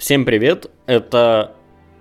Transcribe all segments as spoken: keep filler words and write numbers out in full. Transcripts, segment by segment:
Всем привет, это...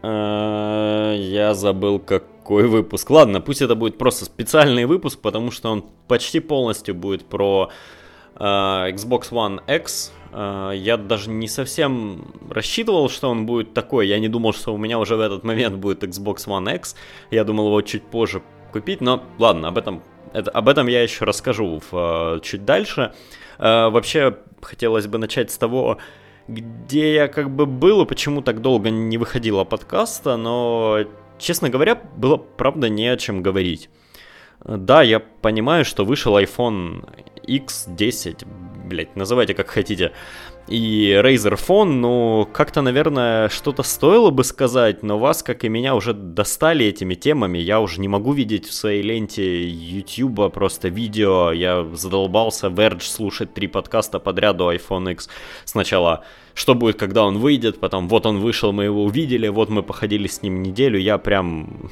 э, я забыл какой выпуск. Ладно, пусть это будет просто специальный выпуск, потому что он почти полностью будет про э, Xbox One X. Э, я даже не совсем рассчитывал, что он будет такой. Я не думал, что у меня уже в этот момент будет Xbox One X. Я думал его чуть позже купить, но ладно, об этом, это, об этом я еще расскажу в, чуть дальше. Э, вообще, хотелось бы начать с того, где я как бы был и почему так долго не выходило подкаста, но, честно говоря, было, правда, не о чем говорить. Да, я понимаю, что вышел iPhone икс десять, блять, называйте как хотите, и Razer Phone, ну, как-то, наверное, что-то стоило бы сказать, но вас, как и меня, уже достали этими темами, я уже не могу видеть в своей ленте YouTube просто видео, я задолбался Verge слушать три подкаста подряд о iPhone X. Сначала, что будет, когда он выйдет, потом, вот он вышел, мы его увидели, вот мы походили с ним неделю, я прям...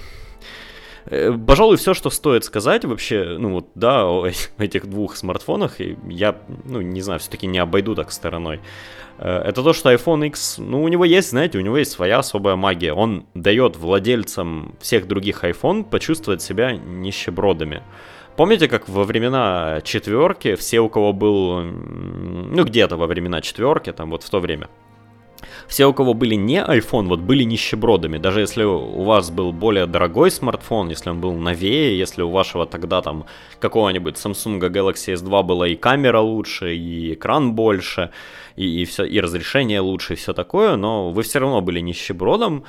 Пожалуй, все, что стоит сказать вообще, ну вот, да, о этих двух смартфонах, я, ну, не знаю, все-таки не обойду так стороной. Это то, что iPhone X, ну, у него есть, знаете, у него есть своя особая магия. Он дает владельцам всех других iPhone почувствовать себя нищебродами. Помните, как во времена четверки, все, у кого был, ну, где-то во времена четверки, там вот в то время, все, у кого были не iPhone, вот были нищебродами. Даже если у вас был более дорогой смартфон, если он был новее, если у вашего тогда там какого-нибудь Samsung Galaxy эс два была и камера лучше, и экран больше, и, и, все, и разрешение лучше, и все такое, но вы все равно были нищебродом.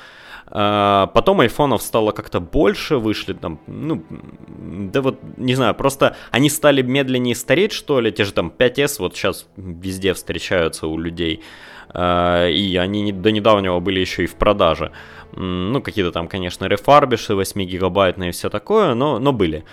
Потом айфонов стало как-то больше, вышли там, ну, да вот, не знаю, просто они стали медленнее стареть, что ли, те же там пять эс вот сейчас везде встречаются у людей, и они до недавнего были еще и в продаже. Ну, какие-то там, конечно, рефарбиши восьмигигабайтные и все такое, но, но были.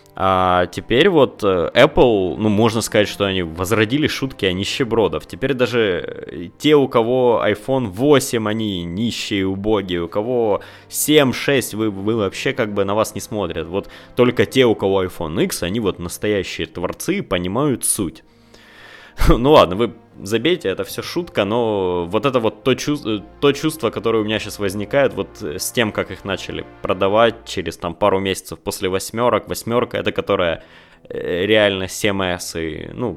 А теперь вот Apple, ну, можно сказать, что они возродили шутки о нищебродов. Теперь даже те, у кого iPhone восемь, они нищие, убогие. У кого семь, шесть, вы, вы вообще как бы на вас не смотрят. Вот только те, у кого iPhone X, они вот настоящие творцы и понимают суть. Ну ладно, вы забейте, это все шутка, но вот это вот то чувство, то чувство, которое у меня сейчас возникает вот с тем, как их начали продавать через там пару месяцев после восьмерок. Восьмерка, это которая реально семь эс, и ну,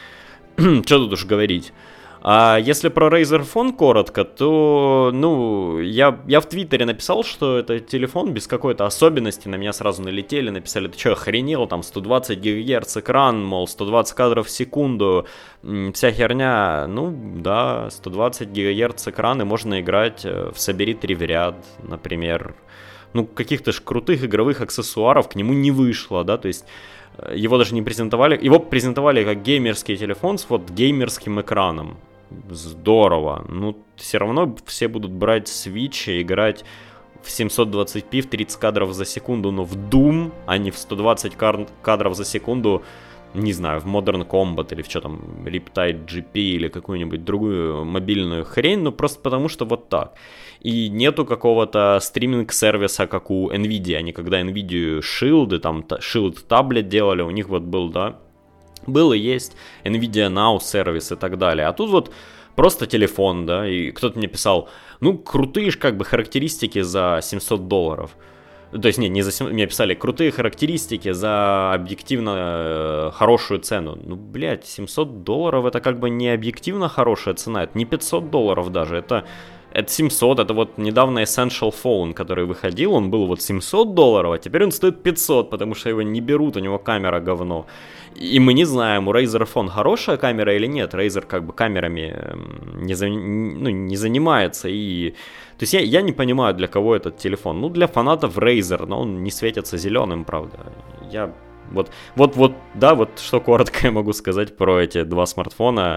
что тут уж говорить. А если про Razer Phone коротко, то, ну, я, я в Твиттере написал, что это телефон без какой-то особенности, на меня сразу налетели, написали, ты что, охренел, там сто двадцать гигагерц экран, мол, сто двадцать кадров в секунду, вся херня. Ну, да, сто двадцать гигагерц экран, и можно играть в «Собери три в ряд», например. Ну, каких-то ж крутых игровых аксессуаров к нему не вышло, да, то есть... Его даже не презентовали, его презентовали как геймерский телефон с вот геймерским экраном. Здорово. Ну, все равно все будут брать Switch и играть в семьсот двадцать пи в тридцать кадров за секунду, но в Doom, а не в сто двадцать кадров за секунду, не знаю, в Modern Combat или в что там, Riptide джи пи или какую-нибудь другую мобильную хрень, ну просто потому что вот так. И нету какого-то стриминг-сервиса, как у Nvidia. Они когда Nvidia Shield, там Shield таблет делали, у них вот был, да, был и есть Nvidia Now сервис и так далее. А тут вот просто телефон, да, и кто-то мне писал, ну, крутые ж как бы характеристики за семьсот долларов. То есть, нет, не за семьсот, мне писали, крутые характеристики за объективно э, хорошую цену. Ну, блядь, семьсот долларов это как бы не объективно хорошая цена, это не пятьсот долларов даже, это... Это семьсот, это вот недавно Essential Phone, который выходил, он был вот семьсот долларов, а теперь он стоит пятьсот, потому что его не берут, у него камера говно. И мы не знаем, у Razer Phone хорошая камера или нет, Razer как бы камерами не, за, ну, не занимается, и... То есть я, я не понимаю, для кого этот телефон. Ну, для фанатов Razer, но он не светится зеленым, правда. Я... Вот, вот, вот, да, вот что коротко я могу сказать про эти два смартфона.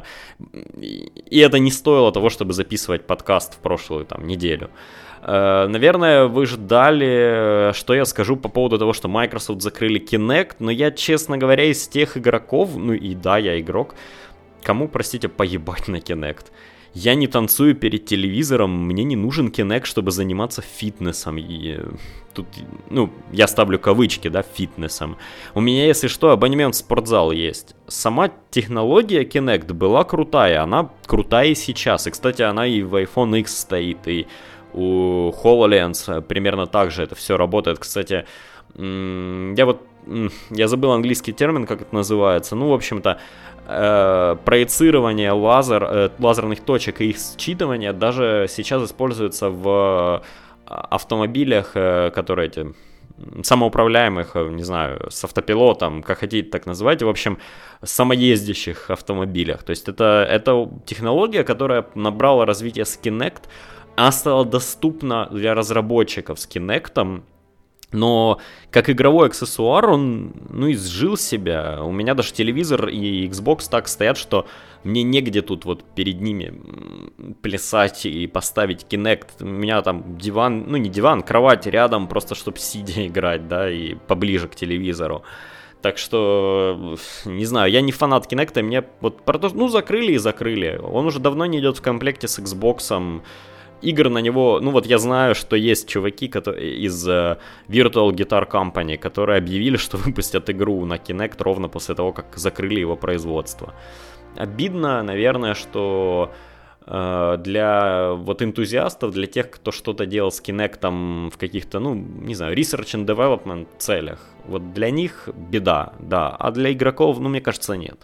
И это не стоило того, чтобы записывать подкаст в прошлую там неделю. Наверное, вы ждали, что я скажу по поводу того, что Microsoft закрыли Kinect, но я, честно говоря, из тех игроков, ну и да, я игрок, кому, простите, поебать на Kinect. я не танцую перед телевизором, мне не нужен Kinect, чтобы заниматься фитнесом. И тут, ну, я ставлю кавычки, да, фитнесом. У меня, если что, абонемент в спортзал есть. Сама технология Kinect была крутая, она крутая и сейчас. И, кстати, она и в iPhone X стоит, и у HoloLens примерно так же это все работает. Кстати, я вот, я забыл английский термин, как это называется. Ну, в общем-то, э, проецирование лазер, э, лазерных точек и их считывание даже сейчас используется в автомобилях, э, которые эти самоуправляемых, не знаю, с автопилотом, как хотите так называть, в общем, самоездящих автомобилях. То есть это, это технология, которая набрала развитие с Kinect, она стала доступна для разработчиков с Kinect'ом, но как игровой аксессуар он, ну, изжил себя. У меня даже телевизор и Xbox так стоят, что мне негде тут вот перед ними плясать и поставить Kinect. У меня там диван, ну не диван, кровать рядом, просто чтобы сидя играть, да, и поближе к телевизору. Так что, не знаю, я не фанат Kinect, мне вот про то, ну, закрыли и закрыли. Он уже давно не идет в комплекте с Xbox'ом. Игр на него, ну вот я знаю, что есть чуваки которые, из uh, Virtual Guitar Company, которые объявили, что выпустят игру на Kinect ровно после того, как закрыли его производство. Обидно, наверное, что uh, для вот энтузиастов, для тех, кто что-то делал с Kinect'ом в каких-то, ну, не знаю, research and development целях, вот для них беда, да, а для игроков, ну, мне кажется, нет.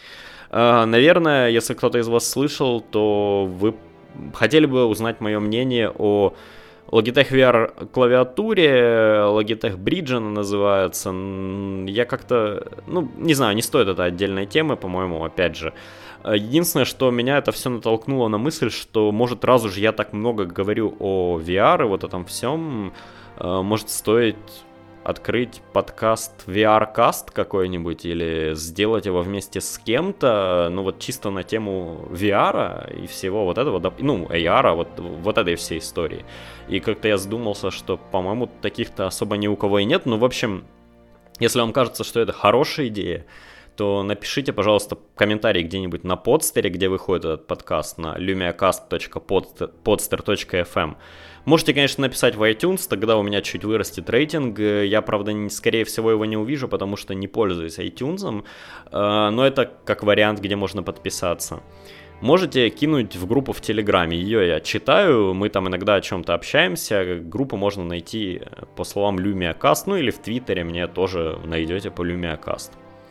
Uh, наверное, если кто-то из вас слышал, то вы хотели бы узнать мое мнение о Logitech ви ар клавиатуре, Logitech Bridge она называется. Я как-то, ну, не знаю, не стоит это отдельной темы, по-моему, опять же. Единственное, что меня это все натолкнуло на мысль, что, может, раз уж я так много говорю о ви ар и вот этом всем, может, стоит открыть подкаст ви ар-каст какой-нибудь или сделать его вместе с кем-то, ну вот чисто на тему ви ар и всего вот этого, ну, эй ар, вот, вот этой всей истории. И как-то я задумался, что, по-моему, таких-то особо ни у кого и нет, ну, в общем, если вам кажется, что это хорошая идея, то напишите, пожалуйста, комментарий где-нибудь на подстере, где выходит этот подкаст, на lumiacast точка podster точка эф эм. Можете, конечно, написать в iTunes, тогда у меня чуть вырастет рейтинг. Я, правда, скорее всего его не увижу, потому что не пользуюсь iTunes, но это как вариант, где можно подписаться. Можете кинуть в группу в Телеграме, ее я читаю, мы там иногда о чем-то общаемся, группу можно найти по словам LumiaCast, ну или в Твиттере мне тоже найдете по LumiaCast.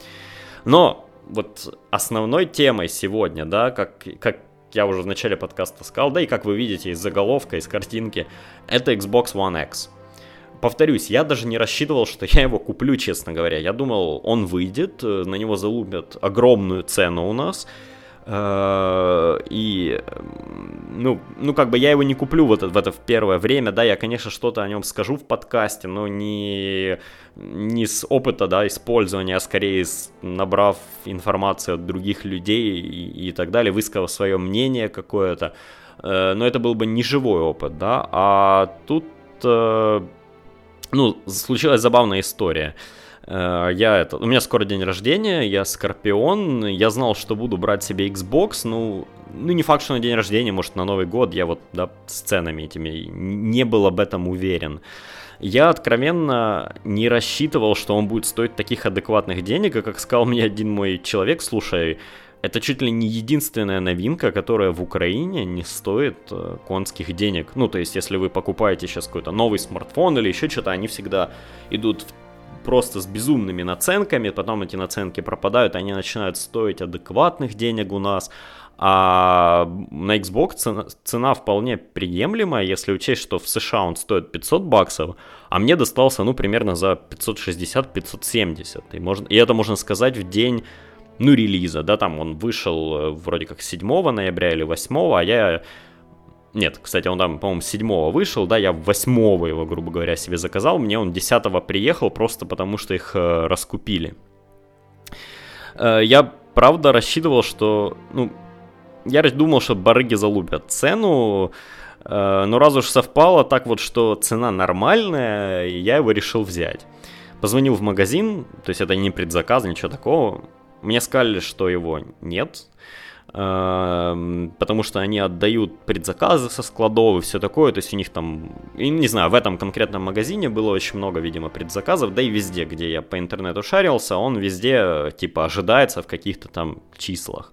Но вот основной темой сегодня, да, как, как я уже в начале подкаста сказал, да и как вы видите из заголовка, из картинки, это Xbox One X. Повторюсь, я даже не рассчитывал, что я его куплю, честно говоря. Я думал, он выйдет, на него залупят огромную цену у нас. И, ну, ну, как бы я его не куплю вот в это в первое время, да, я, конечно, что-то о нем скажу в подкасте, но не, не с опыта, да, использования, а скорее с, набрав информацию от других людей и, и так далее, высказав свое мнение какое-то, но это был бы не живой опыт, да, а тут, ну, случилась забавная история. Я это, у меня скоро день рождения, я Скорпион, я знал, что буду брать себе Xbox, ну, ну не факт, что на день рождения, может на Новый год, я вот, да, с ценами этими не был об этом уверен. Я откровенно не рассчитывал, что он будет стоить таких адекватных денег, и как сказал мне один мой человек, слушай, это чуть ли не единственная новинка, которая в Украине не стоит э, конских денег. Ну, то есть, если вы покупаете сейчас какой-то новый смартфон или еще что-то, они всегда идут в просто с безумными наценками, потом эти наценки пропадают, они начинают стоить адекватных денег у нас, а на Xbox цена, цена вполне приемлемая, если учесть, что в США он стоит пятьсот баксов, а мне достался, ну, примерно за пятьсот шестьдесят - пятьсот семьдесят, и, можно, и это можно сказать в день, ну, релиза, да, там он вышел вроде как седьмого ноября или восьмого, а я... Нет, кстати, он там, по-моему, седьмого вышел, да, я восьмого его, грубо говоря, себе заказал, мне он десятого приехал просто потому, что их э, раскупили. Э, я, правда, рассчитывал, что, ну, я думал, что барыги залупят цену, э, но раз уж совпало так вот, что цена нормальная, я его решил взять. Позвонил в магазин, то есть это не предзаказ, ничего такого, мне сказали, что его нет. потому что они отдают предзаказы со складов и все такое, то есть у них там, не знаю, в этом конкретном магазине было очень много, видимо, предзаказов, да и везде, где я по интернету шарился, он везде, типа, ожидается в каких-то там числах.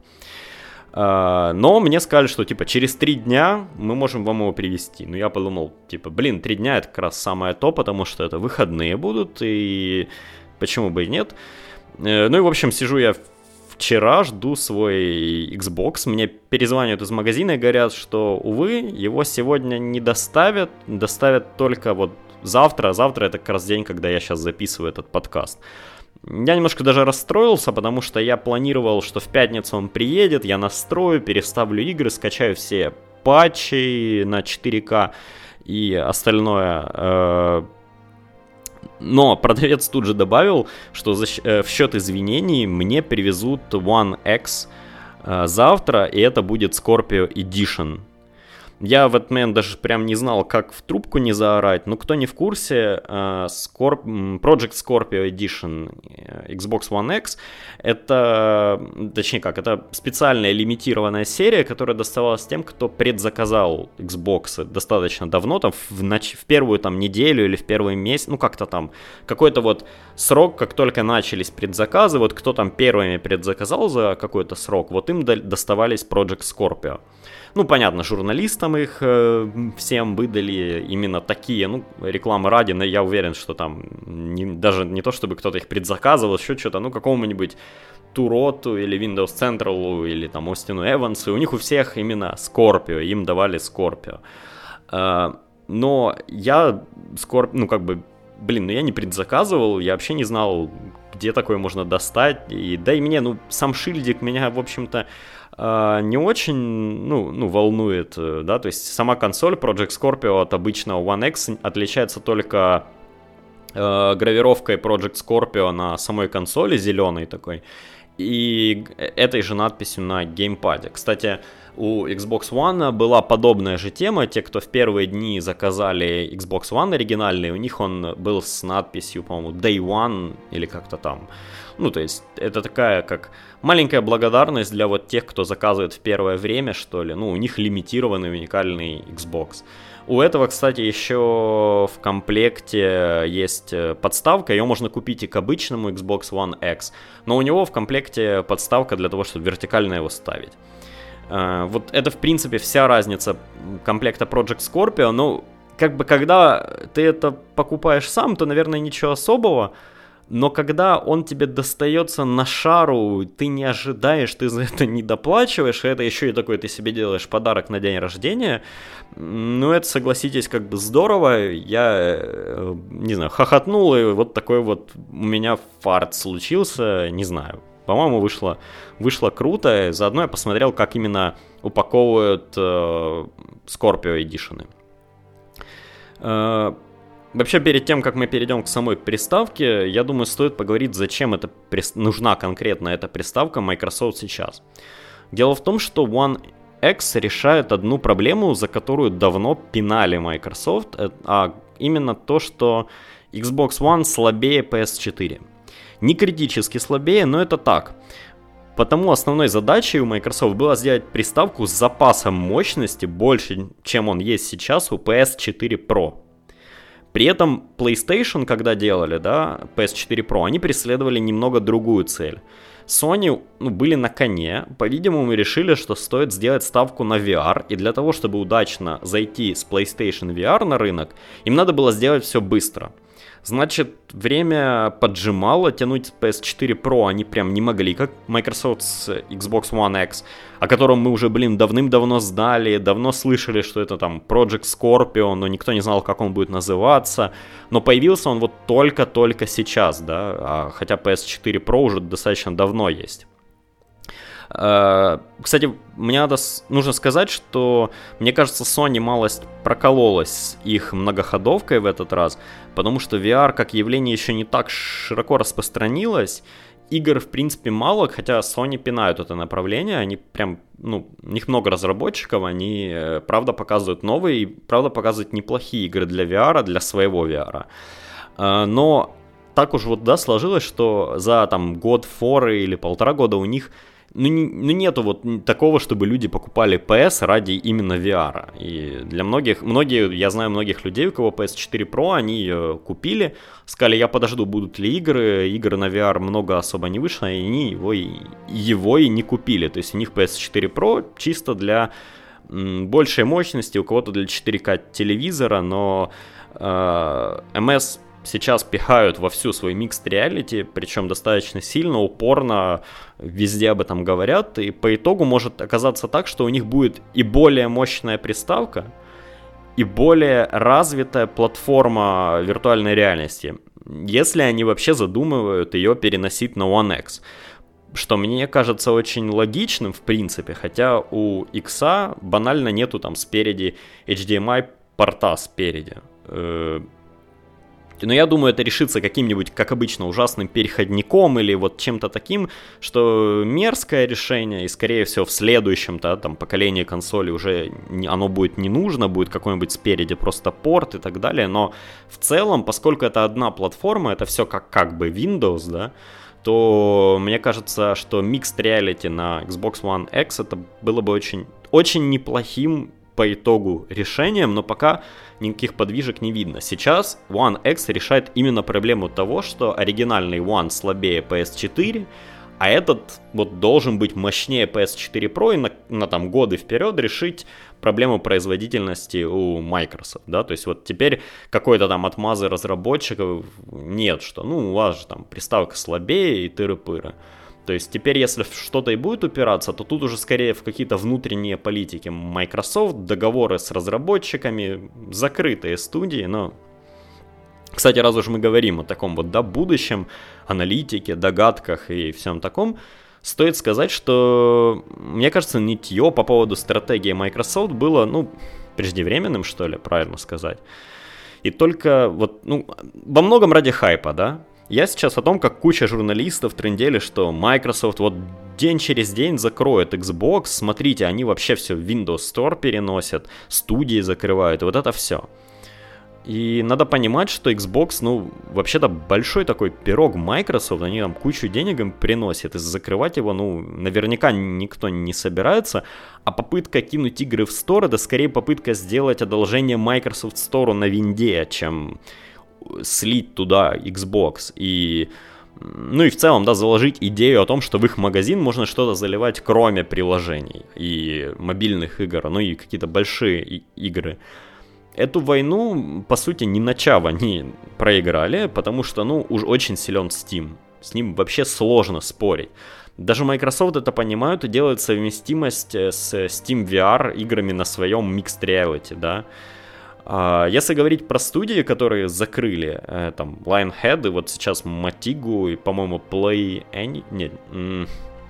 Но мне сказали, что, типа, через три дня мы можем вам его привезти. Ну, я подумал, типа, блин, три дня это как раз самое то, потому что это выходные будут, и почему бы и нет. Ну и, в общем, сижу я вчера, жду свой Xbox, мне перезванивают из магазина и говорят, что, увы, его сегодня не доставят, доставят только вот завтра, а завтра это как раз день, когда я сейчас записываю этот подкаст. Я немножко даже расстроился, потому что я планировал, что в пятницу он приедет, я настрою, переставлю игры, скачаю все патчи на четыре ка и остальное. Но продавец тут же добавил, что в счет извинений мне привезут One X завтра, и это будет Scorpio Edition. Я в этот момент даже прям не знал, как в трубку не заорать, но кто не в курсе, Scorp... Project Scorpio Edition Xbox One X, это, точнее как, это специальная лимитированная серия, которая доставалась тем, кто предзаказал Xbox достаточно давно, там в, нач... в первую там неделю или в первый месяц, ну как-то там, какой-то вот срок, как только начались предзаказы, вот кто там первыми предзаказал за какой-то срок, вот им доставались Project Scorpio. Ну, понятно, журналистам их э, всем выдали именно такие, ну, рекламы ради, но я уверен, что там не, даже не то, чтобы кто-то их предзаказывал, еще что-то, ну, какому-нибудь Туроту или Windows Central или там Остину Эвансу, у них у всех именно Scorpio, им давали Scorpio. Э, но я Scorpio, ну, как бы, блин, ну, я не предзаказывал, я вообще не знал, где такое можно достать, и да и мне, ну, сам шильдик меня, в общем-то, не очень, ну, ну, волнует, да, то есть сама консоль Project Scorpio от обычного One X отличается только э, гравировкой Project Scorpio на самой консоли, зеленой такой, и этой же надписью на геймпаде. Кстати, у Xbox One была подобная же тема, те, кто в первые дни заказали Xbox One оригинальный, у них он был с надписью, по-моему, Day One или как-то там. Ну, то есть, это такая, как маленькая благодарность для вот тех, кто заказывает в первое время, что ли. Ну, у них лимитированный уникальный Xbox. У этого, кстати, еще в комплекте есть подставка, ее можно купить и к обычному Xbox One X, но у него в комплекте подставка для того, чтобы вертикально его ставить. Вот это, в принципе, вся разница комплекта Project Scorpio. Ну, как бы, когда ты это покупаешь сам, то, наверное, ничего особого. Но когда он тебе достается на шару, ты не ожидаешь, ты за это не доплачиваешь, и это еще и такой ты себе делаешь подарок на день рождения, ну это, согласитесь, как бы здорово, я, не знаю, хохотнул, и вот такой вот у меня фарт случился, не знаю, по-моему, вышло, вышло круто, заодно я посмотрел, как именно упаковывают э, Scorpio Edition. Э, Вообще, перед тем, как мы перейдем к самой приставке, я думаю, стоит поговорить, зачем это при... нужна конкретно эта приставка Microsoft сейчас. Дело в том, что One X решает одну проблему, за которую давно пинали Microsoft, а именно то, что Xbox One слабее пи эс четыре. Не критически слабее, но это так. Потому основной задачей у Microsoft было сделать приставку с запасом мощности больше, чем он есть сейчас у пи эс четыре Pro. При этом PlayStation, когда делали, да, пи эс четыре Pro, они преследовали немного другую цель. Sony, ну, были на коне, по-видимому, решили, что стоит сделать ставку на ви ар, и для того, чтобы удачно зайти с PlayStation ви ар на рынок, им надо было сделать все быстро. Значит, время поджимало, тянуть пи эс четыре Pro они прям не могли, как Microsoft с Xbox One X, о котором мы уже, блин, давным-давно знали, давно слышали, что это там Project Scorpio, но никто не знал, как он будет называться. Но появился он вот только-только сейчас, да, хотя пи эс четыре Pro уже достаточно давно есть. Кстати, мне надо, нужно сказать, что, мне кажется, Sony малость прокололась с их многоходовкой в этот раз, потому что ви ар как явление еще не так широко распространилось, игр в принципе мало, хотя Sony пинают это направление, они прям, ну, у них много разработчиков, они правда показывают новые и правда показывают неплохие игры для ви ар, для своего ви ар. Но так уж вот, да, сложилось, что за там год, форы или полтора года у них ну, не, ну нету вот такого, чтобы люди покупали пи эс ради именно ви ар. И для многих, многие, я знаю многих людей, у кого пи эс четыре Pro, они ее купили, сказали, я подожду, будут ли игры, игры на ви ар много особо не вышло, и они его и, его и не купили. То есть у них пи эс четыре Pro чисто для м, большей мощности, у кого-то для четыре ка телевизора, но э, эм эс сейчас пихают во всю свой Mixed Reality, причем достаточно сильно, упорно, везде об этом говорят, и по итогу может оказаться так, что у них будет и более мощная приставка, и более развитая платформа виртуальной реальности, если они вообще задумывают ее переносить на One X. Что мне кажется очень логичным в принципе, хотя у X банально нету там спереди эйч ди эм ай порта спереди. Но я думаю, это решится каким-нибудь, как обычно, ужасным переходником или вот чем-то таким, что мерзкое решение, и, скорее всего, в следующем да, там, поколении консоли уже не, оно будет не нужно, будет какой-нибудь спереди просто порт и так далее. Но в целом, поскольку это одна платформа, это все как, как бы Windows, да, то мне кажется, что Mixed Reality на Xbox One X это было бы очень, очень неплохим по итогу решением, но пока никаких подвижек не видно. Сейчас One X решает именно проблему того, что оригинальный One слабее пи эс четыре, а этот вот должен быть мощнее пи эс четыре Pro и на, на там годы вперед решить проблему производительности у Microsoft, да, то есть вот теперь какой-то там отмазы разработчиков нет, что ну у вас же там приставка слабее и тыры-пыры. То есть теперь, если что-то и будет упираться, то тут уже скорее в какие-то внутренние политики Microsoft, договоры с разработчиками, закрытые студии, но... Кстати, раз уж мы говорим о таком вот, да, будущем, аналитике, догадках и всем таком, стоит сказать, что, мне кажется, нытье по поводу стратегии Microsoft было, ну, преждевременным, что ли, правильно сказать. И только вот, ну, во многом ради хайпа, да. Я сейчас о том, как куча журналистов трындели, что Microsoft вот день через день закроет Xbox, смотрите, они вообще все в Windows Store переносят, студии закрывают, и вот это все. И надо понимать, что Xbox, ну, вообще-то большой такой пирог Microsoft, они там кучу денег им приносят, и закрывать его, ну, наверняка никто не собирается, а попытка кинуть игры в Store, это скорее попытка сделать одолжение Microsoft Store на винде, чем... слить туда Xbox и, ну и в целом, да, заложить идею о том, что в их магазин можно что-то заливать, кроме приложений и мобильных игр, ну и какие-то большие и- игры. Эту войну, по сути, не начав, они проиграли, потому что, ну, уж очень силен Steam. С ним вообще сложно спорить. Даже Microsoft это понимают и делают совместимость с Steam ви ар играми на своем Mixed Reality, да. Если говорить про студии, которые закрыли, там, Lionhead, и вот сейчас Motigu, и, по-моему, Play... Any... Нет, м-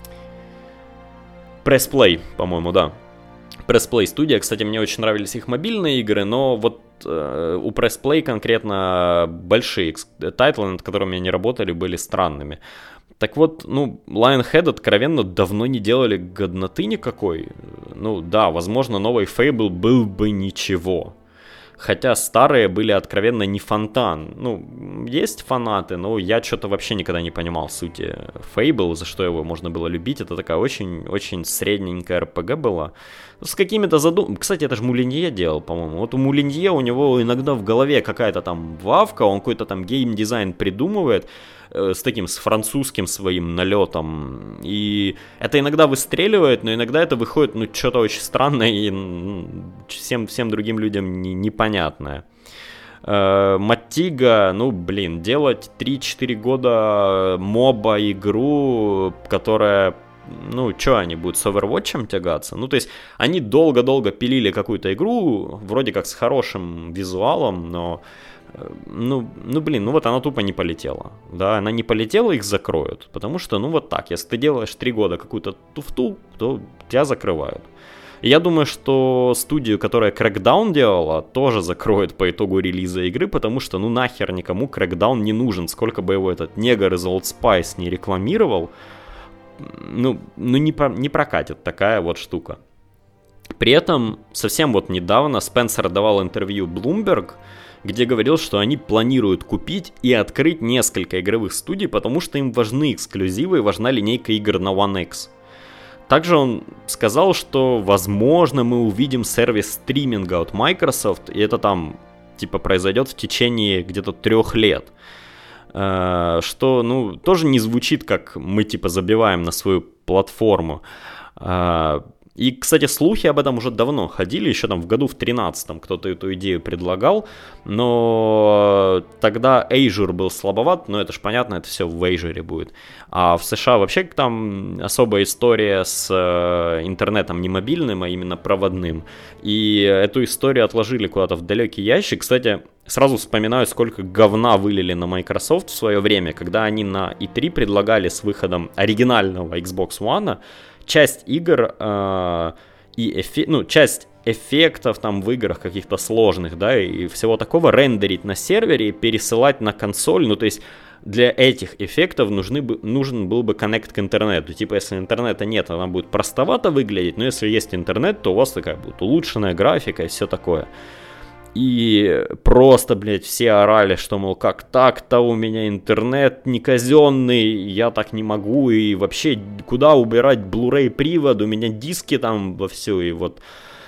Press Play, по-моему, да. Press Play студия, кстати, мне очень нравились их мобильные игры, но вот э, у Press Play конкретно большие тайтлы, над которыми они работали, были странными. Так вот, ну, Lionhead откровенно давно не делали годноты никакой. Ну да, возможно, новый Fable был бы ничего. Хотя старые были откровенно не фонтан. Ну, есть фанаты, но я что-то вообще никогда не понимал сути Fable, за что его можно было любить. Это такая очень-очень средненькая эр пи джи была. С какими-то задумками. Кстати, это же Мулинье делал, по-моему. Вот у Мулинье у него иногда в голове какая-то там вавка, он какой-то там геймдизайн придумывает, э, с таким, с французским своим налетом. И это иногда выстреливает, но иногда это выходит, ну, что-то очень странное и ну, всем, всем другим людям не, непонятное. Motiga, ну, блин, делать три-четыре года моба-игру, которая... Ну, что они будут с Overwatch'ем тягаться? Ну, то есть, они долго-долго пилили какую-то игру, вроде как с хорошим визуалом, но, ну, ну, блин, ну вот она тупо не полетела. Да, она не полетела, их закроют. Потому что, ну, вот так, если ты делаешь три года какую-то туфту, то тебя закрывают. И я думаю, что студию, которая Crackdown делала, тоже закроют по итогу релиза игры, потому что, ну, нахер никому Crackdown не нужен. Сколько бы его этот негр из Old Spice не рекламировал, ну, ну не, по, не прокатит такая вот штука. При этом совсем вот недавно Спенсер давал интервью Bloomberg, где говорил, что они планируют купить и открыть несколько игровых студий, потому что им важны эксклюзивы и важна линейка игр на One X. также он сказал, что, возможно, мы увидим сервис стриминга от Microsoft, и это там, типа, произойдет в течение где-то трех лет. Э, что, ну, тоже не звучит, как мы, типа, забиваем на свою платформу. Э, И, кстати, слухи об этом уже давно ходили, еще там в году в тринадцатом кто-то эту идею предлагал, но тогда Azure был слабоват, но это ж понятно, это все в Azure будет. А в США вообще там особая история с интернетом не мобильным, а именно проводным. И эту историю отложили куда-то в далекий ящик. Кстати, сразу вспоминаю, сколько говна вылили на Microsoft в свое время, когда они на и три предлагали с выходом оригинального Xbox One часть игр э, и эффе- ну, часть эффектов там в играх каких-то сложных, да, и всего такого рендерить на сервере и пересылать на консоль. Ну, то есть для этих эффектов нужны бы, нужен был бы коннект к интернету. Типа, если интернета нет, она будет простовато выглядеть, но если есть интернет, то у вас такая будет улучшенная графика и все такое. И просто, блядь, все орали, что, мол, как так-то, у меня интернет не казенный, я так не могу, и вообще, куда убирать Blu-ray привод, у меня диски там во все, и вот...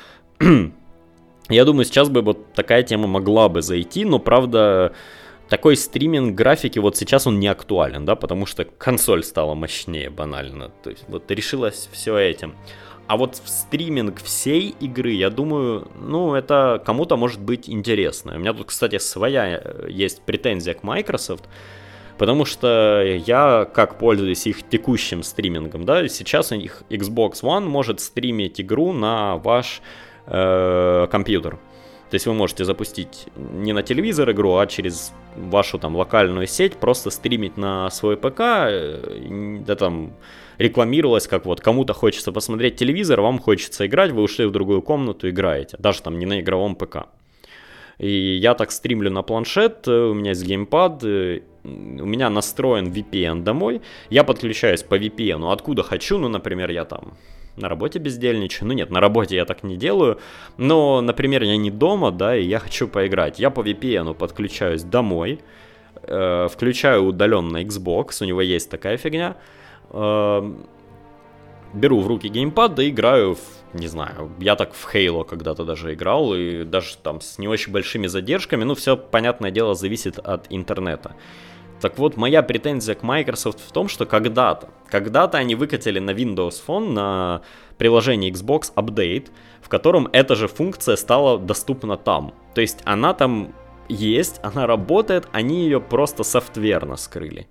Я думаю, сейчас бы вот такая тема могла бы зайти, но, правда, такой стриминг графики вот сейчас он не актуален, да, потому что консоль стала мощнее банально, то есть вот решилось все этим. А вот в стриминг всей игры, я думаю, ну, это кому-то может быть интересно. У меня тут, кстати, своя есть претензия к Microsoft, потому что я, как пользуюсь их текущим стримингом, да, сейчас у них Xbox One может стримить игру на ваш э, компьютер. То есть вы можете запустить не на телевизор игру, а через вашу там локальную сеть просто стримить на свой ПК, да там рекламировалось, как вот кому-то хочется посмотреть телевизор, вам хочется играть, вы ушли в другую комнату, играете, даже там не на игровом ПК. И я так стримлю на планшет, у меня есть геймпад, у меня настроен ви пи эн домой, я подключаюсь по ви пи эн, откуда хочу, ну, например, я там на работе бездельничаю, ну нет, на работе я так не делаю, но, например, я не дома, да, и я хочу поиграть, я по ви пи эн подключаюсь домой, э, включаю удаленно Xbox, у него есть такая фигня, э, беру в руки геймпад, да играю, в, не знаю, я так в Halo когда-то даже играл, и даже там с не очень большими задержками, ну все, понятное дело, зависит от интернета. Так вот, моя претензия к Microsoft в том, что когда-то, когда-то они выкатили на Windows Phone, на приложении Xbox Update, в котором эта же функция стала доступна там. То есть она там есть, она работает, они ее просто софтверно скрыли.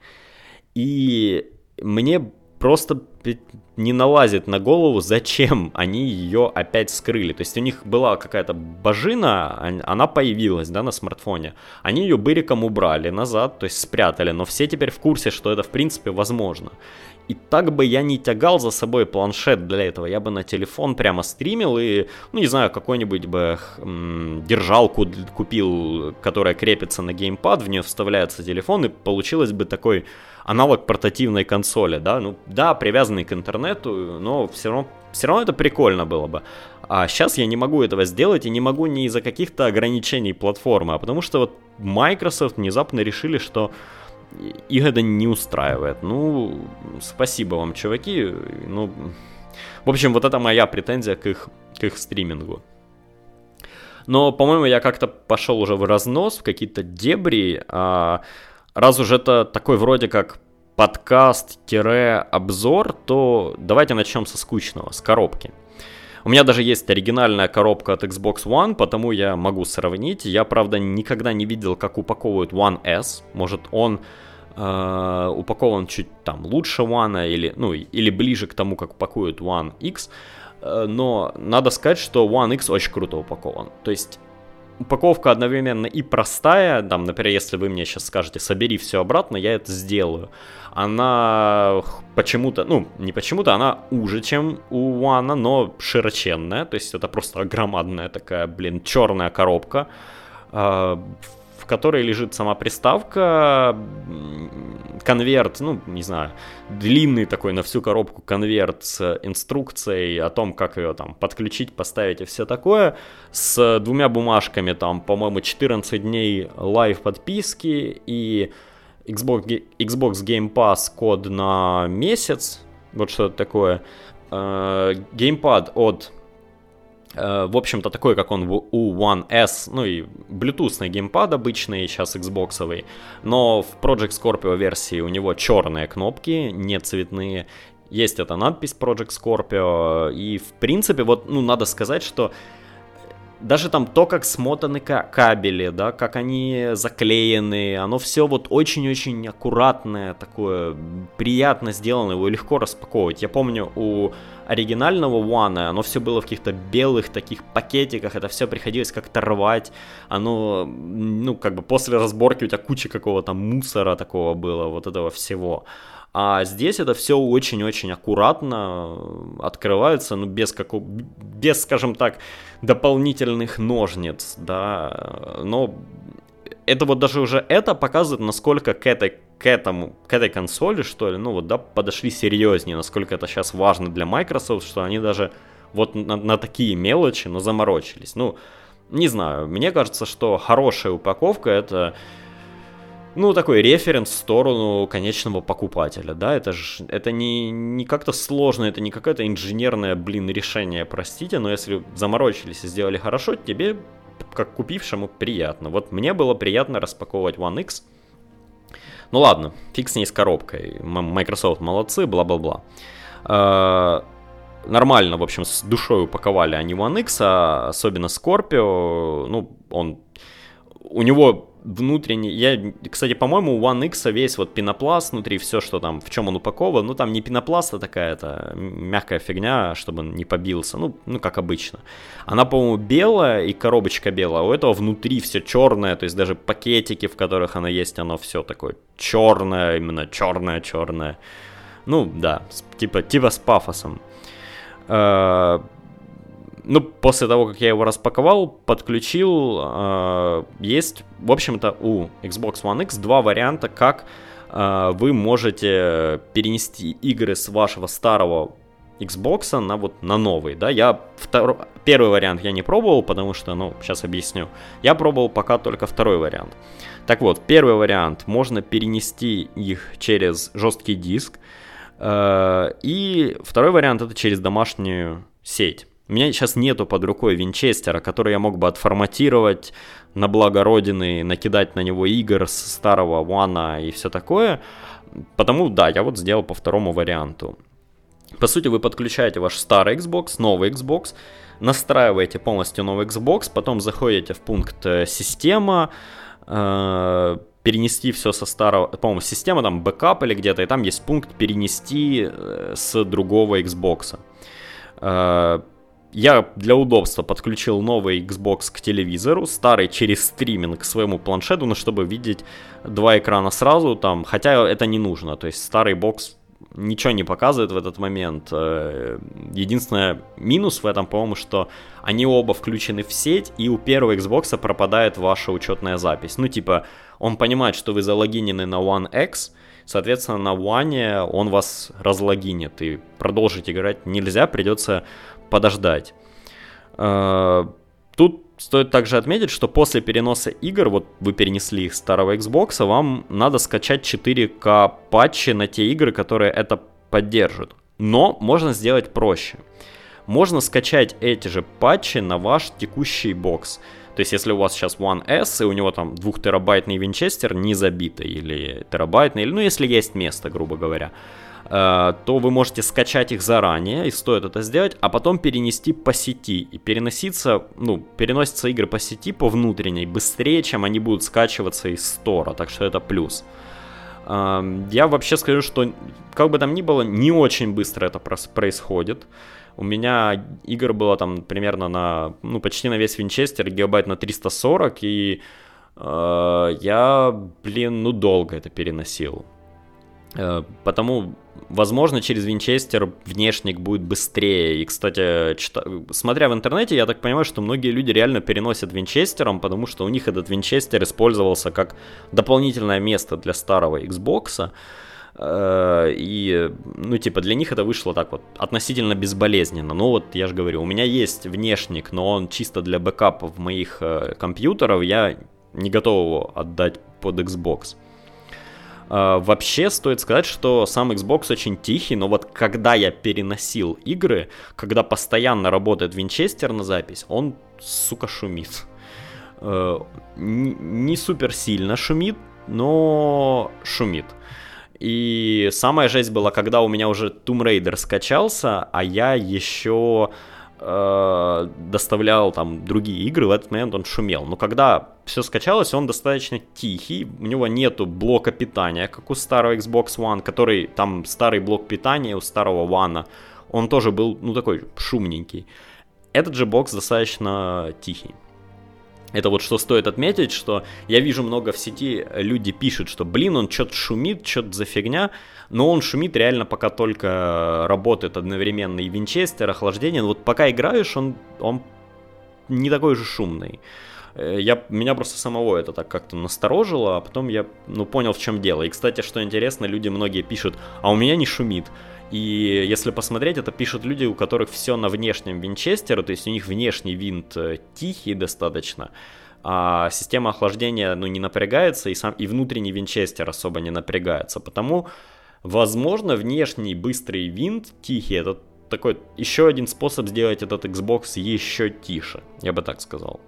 И мне просто не налазит на голову, зачем они ее опять скрыли. То есть у них была какая-то божина, она появилась, да, на смартфоне. Они ее быриком убрали назад, то есть спрятали, но все теперь в курсе, что это в принципе возможно. И так бы я не тягал за собой планшет для этого, я бы на телефон прямо стримил и, ну не знаю, какой-нибудь бы м, держалку купил, которая крепится на геймпад, в нее вставляется телефон, и получилось бы такой аналог портативной консоли, да, ну да, привязанный к интернету, но все равно, все равно это прикольно было бы. А сейчас я не могу этого сделать и не могу не из-за каких-то ограничений платформы, а потому что вот Microsoft внезапно решили, что их это не устраивает. Ну, спасибо вам, чуваки. Ну, в общем, вот это моя претензия к их, к их стримингу. Но, по-моему, я как-то пошел уже в разнос, в какие-то дебри. А раз уж это такой вроде как подкаст-обзор, то давайте начнем со скучного, с коробки. У меня даже есть оригинальная коробка от Xbox One, потому я могу сравнить. Я, правда, никогда не видел, как упаковывают One S. Может, он э, упакован чуть там лучше One, или, ну, или ближе к тому, как упакуют One X. Э, но надо сказать, что One X очень круто упакован. То есть упаковка одновременно и простая. Там, например, если вы мне сейчас скажете, собери все обратно, я это сделаю. Она почему-то, ну, не почему-то, она уже, чем у One, но широченная. То есть это просто громадная такая, блин, черная коробка, в которой лежит сама приставка, конверт, ну, не знаю, длинный такой на всю коробку конверт с инструкцией о том, как ее там подключить, поставить и все такое, с двумя бумажками, там, по-моему, четырнадцать дней лайв подписки и Xbox, Xbox Game Pass код на месяц, вот что-то такое. э, геймпад от, э, в общем-то, такой, как он у One эс, ну и блютусный геймпад обычный, сейчас Xbox-овый, но в Project Scorpio версии у него черные кнопки, не цветные. Есть эта надпись Project Scorpio, и в принципе, вот, ну, надо сказать, что даже там то, как смотаны кабели, да, как они заклеены, оно все вот очень-очень аккуратное, такое, приятно сделано, его легко распаковывать. Я помню, у оригинального One оно все было в каких-то белых таких пакетиках, это все приходилось как-то рвать, оно, ну, как бы после разборки у тебя куча какого-то мусора такого было, вот этого всего. А здесь это все очень-очень аккуратно открывается, ну, без, какого, без, скажем так, дополнительных ножниц, да, но это вот даже уже это показывает, насколько к этой, к этому, к этой консоли, что ли, ну, вот, да, подошли серьезнее, насколько это сейчас важно для Microsoft, что они даже вот на, на такие мелочи, но заморочились. Ну, не знаю, мне кажется, что хорошая упаковка — это... Ну, такой референс в сторону конечного покупателя, да, это же, это не, не как-то сложно, это не какое-то инженерное, блин, решение, простите, но если заморочились и сделали хорошо, тебе, как купившему, приятно. Вот мне было приятно распаковывать One X. Ну ладно, фиг с ней с коробкой, Microsoft молодцы, бла-бла-бла. Э-э- нормально, в общем, с душой упаковали они One X, а особенно Scorpio, ну, он, у него... внутренний, я, кстати, по-моему, у One X весь вот пенопласт внутри, все, что там, в чем он упакован, ну, там не пенопласт, а такая-то мягкая фигня, чтобы он не побился, ну, ну, как обычно. Она, по-моему, белая, и коробочка белая, а у этого внутри все черное, то есть даже пакетики, в которых она есть, оно все такое черное, именно черное-черное. Ну, да, типа, типа с пафосом. Ну, после того, как я его распаковал, подключил, э, есть, в общем-то, у Xbox One X два варианта, как э, вы можете перенести игры с вашего старого Xbox на, вот, на новый, да, я втор... первый вариант я не пробовал, потому что, ну, сейчас объясню, я пробовал пока только второй вариант. Так вот, первый вариант, можно перенести их через жесткий диск, э, и второй вариант — это через домашнюю сеть. У меня сейчас нету под рукой винчестера, который я мог бы отформатировать на благо родины, накидать на него игр с старого One и все такое. Потому, да, я вот сделал по второму варианту. По сути, вы подключаете ваш старый Xbox, новый Xbox, настраиваете полностью новый Xbox, потом заходите в пункт «Система», э- перенести все со старого, по-моему, система, там, бэкап или где-то, и там есть пункт «Перенести с другого Xbox». Э- Я для удобства подключил новый Xbox к телевизору, старый через стриминг к своему планшету, ну, чтобы видеть два экрана сразу, там, хотя это не нужно, то есть старый бокс ничего не показывает в этот момент. Единственный минус в этом, по-моему, что они оба включены в сеть, и у первого Xbox пропадает ваша учетная запись. Ну, типа, он понимает, что вы залогинены на One X, соответственно, на One он вас разлогинит, и продолжить играть нельзя, придется подождать. Тут стоит также отметить, что после переноса игр, вот вы перенесли их с старого Xbox, вам надо скачать четыре ка патчи на те игры, которые это поддержат. Но можно сделать проще. Можно скачать эти же патчи на ваш текущий бокс. То есть, если у вас сейчас One S, и у него там двухтерабайтный винчестер не забитый, или терабайтный, или, ну, если есть место, грубо говоря, то вы можете скачать их заранее, и стоит это сделать, а потом перенести по сети. И переноситься, ну, переносятся игры по сети, по внутренней, быстрее, чем они будут скачиваться из стора, так что это плюс. Я вообще скажу, что, как бы там ни было, не очень быстро это происходит. У меня игр было там примерно на, ну, почти на весь винчестер, гигабайт на триста сорок, и э, я, блин, ну, долго это переносил. Э, потому, возможно, через винчестер внешник будет быстрее. И, кстати, чита... смотря в интернете, я так понимаю, что многие люди реально переносят винчестером, потому что у них этот винчестер использовался как дополнительное место для старого Xbox. И, ну, типа, для них это вышло так вот относительно безболезненно. Ну, вот я же говорю, у меня есть внешник, но он чисто для бэкапов моих э, компьютеров, я не готов его отдать под Xbox. Uh, вообще стоит сказать, что сам Xbox очень тихий, но вот когда я переносил игры, когда постоянно работает винчестер на запись, он, сука, шумит. Uh, не, не супер сильно шумит, но шумит. И самая жесть была, когда у меня уже Tomb Raider скачался, а я еще... доставлял там другие игры, в этот момент он шумел. Но когда все скачалось, он достаточно тихий, у него нету блока питания, как у старого Xbox One, который, там старый блок питания у старого One, он тоже был, ну, такой шумненький. Этот же бокс достаточно тихий. Это вот что стоит отметить, что я вижу много в сети, люди пишут, что, блин, он что-то шумит, что-то за фигня, но он шумит реально пока только работает одновременно и винчестер, охлаждение. Вот пока играешь, он, он не такой же шумный. Я, меня просто самого это так как-то насторожило, а потом я ну, понял, в чем дело. И, кстати, что интересно, люди многие пишут, а у меня не шумит. И если посмотреть, это пишут люди, у которых все на внешнем винчестере, то есть у них внешний винт тихий достаточно, а система охлаждения ну, не напрягается, и, сам, и внутренний винчестер особо не напрягается. Потому, возможно, внешний быстрый винт тихий, это такой еще один способ сделать этот Xbox еще тише, я бы так сказал.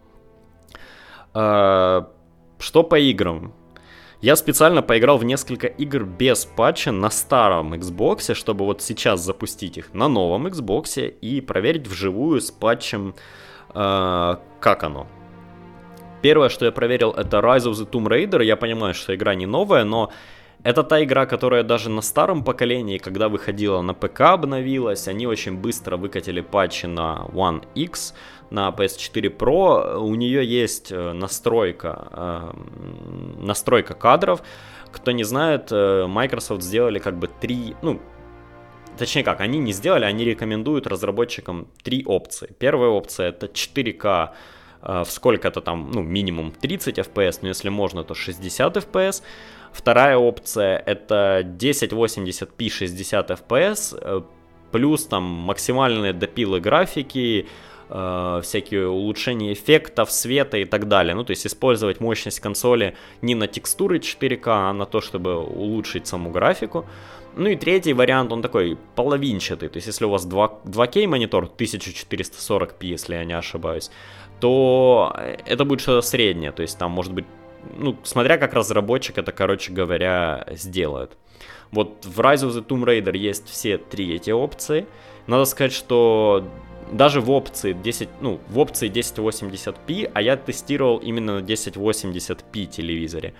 А, что по играм? Я специально поиграл в несколько игр без патча на старом Xbox, чтобы вот сейчас запустить их на новом Xbox и проверить вживую с патчем, э, как оно. Первое, что я проверил, это Rise of the Tomb Raider. Я понимаю, что игра не новая, но это та игра, которая даже на старом поколении, когда выходила на ПК, обновилась. Они очень быстро выкатили патчи на One X, на пи эс четыре Pro. У нее есть настройка, э, настройка кадров. Кто не знает, Microsoft сделали как бы три, ну, точнее как, они не сделали, они рекомендуют разработчикам три опции. Первая опция это четыре ка в сколько-то там, ну, минимум тридцать эф пи эс, но если можно, то шестьдесят эф пи эс. Вторая опция это десять восемьдесят пи шестьдесят эф пи эс, плюс там максимальные допилы графики, э, всякие улучшения эффектов, света и так далее. Ну, то есть использовать мощность консоли не на текстуры четыре ка, а на то, чтобы улучшить саму графику. Ну и третий вариант, он такой половинчатый, то есть если у вас два кей монитор, тысяча четыреста сорок пи, если я не ошибаюсь, то это будет что-то среднее, то есть там может быть, ну, смотря как разработчик это, короче говоря, сделает. Вот в Rise of the Tomb Raider есть все три эти опции. Надо сказать, что даже в опции десять, ну, в опции десять восемьдесят пи, а я тестировал именно на десять восемьдесят пи телевизоре,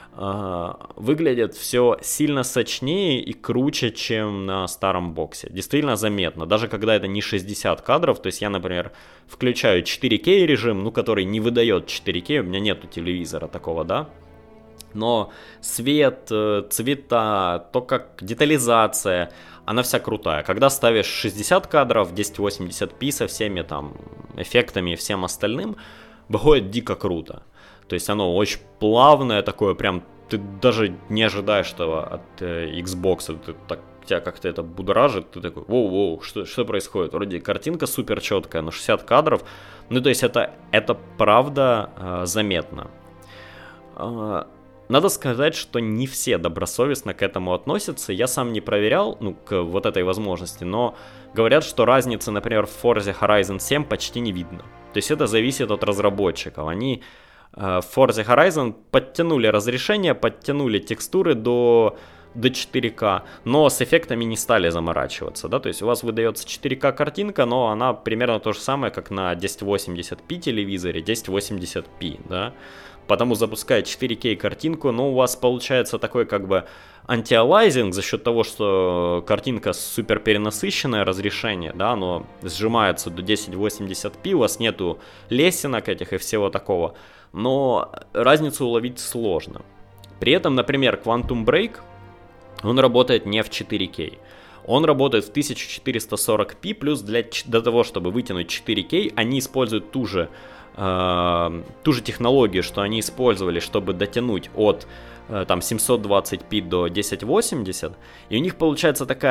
выглядит все сильно сочнее и круче, чем на старом боксе. Действительно заметно, даже когда это не шестьдесят кадров, то есть я, например, включаю четыре кей режим, ну, который не выдает четыре кей, у меня нету телевизора такого, да, но свет, цвета, то как детализация, она вся крутая. Когда ставишь шестьдесят кадров, десять восемьдесят пи со всеми там эффектами и всем остальным, выходит дико круто. То есть оно очень плавное такое, прям ты даже не ожидаешь этого от э, Xbox, ты, так, тебя как-то это будоражит, ты такой, воу-воу, что, что происходит? Вроде картинка супер четкая, на шестьдесят кадров, ну то есть это, это правда э, заметно. Э, надо сказать, что не все добросовестно к этому относятся, я сам не проверял, ну, к вот этой возможности, но говорят, что разницы, например, в Forza Horizon семь почти не видно. То есть это зависит от разработчиков, они... В Forza Horizon подтянули разрешение, подтянули текстуры до, до четыре ка, но с эффектами не стали заморачиваться, да, то есть у вас выдается четыре ка картинка, но она примерно то же самое, как на десять восемьдесят пи телевизоре, десять восемьдесят пи, да, потому запуская четыре кей картинку, но у вас получается такой как бы антиалайзинг за счет того, что картинка супер перенасыщенное разрешение, да, оно сжимается до десять восемьдесят пи, у вас нету лесенок этих и всего такого, но разницу уловить сложно. При этом, например, Quantum Break, он работает не в четыре кей, он работает в тысяча четыреста сорок пи, плюс для, для того, чтобы вытянуть четыре кей, они используют ту же, э, ту же технологию, что они использовали, чтобы дотянуть от э, там, семьсот двадцать пи до десять восемьдесят, и у них получается такая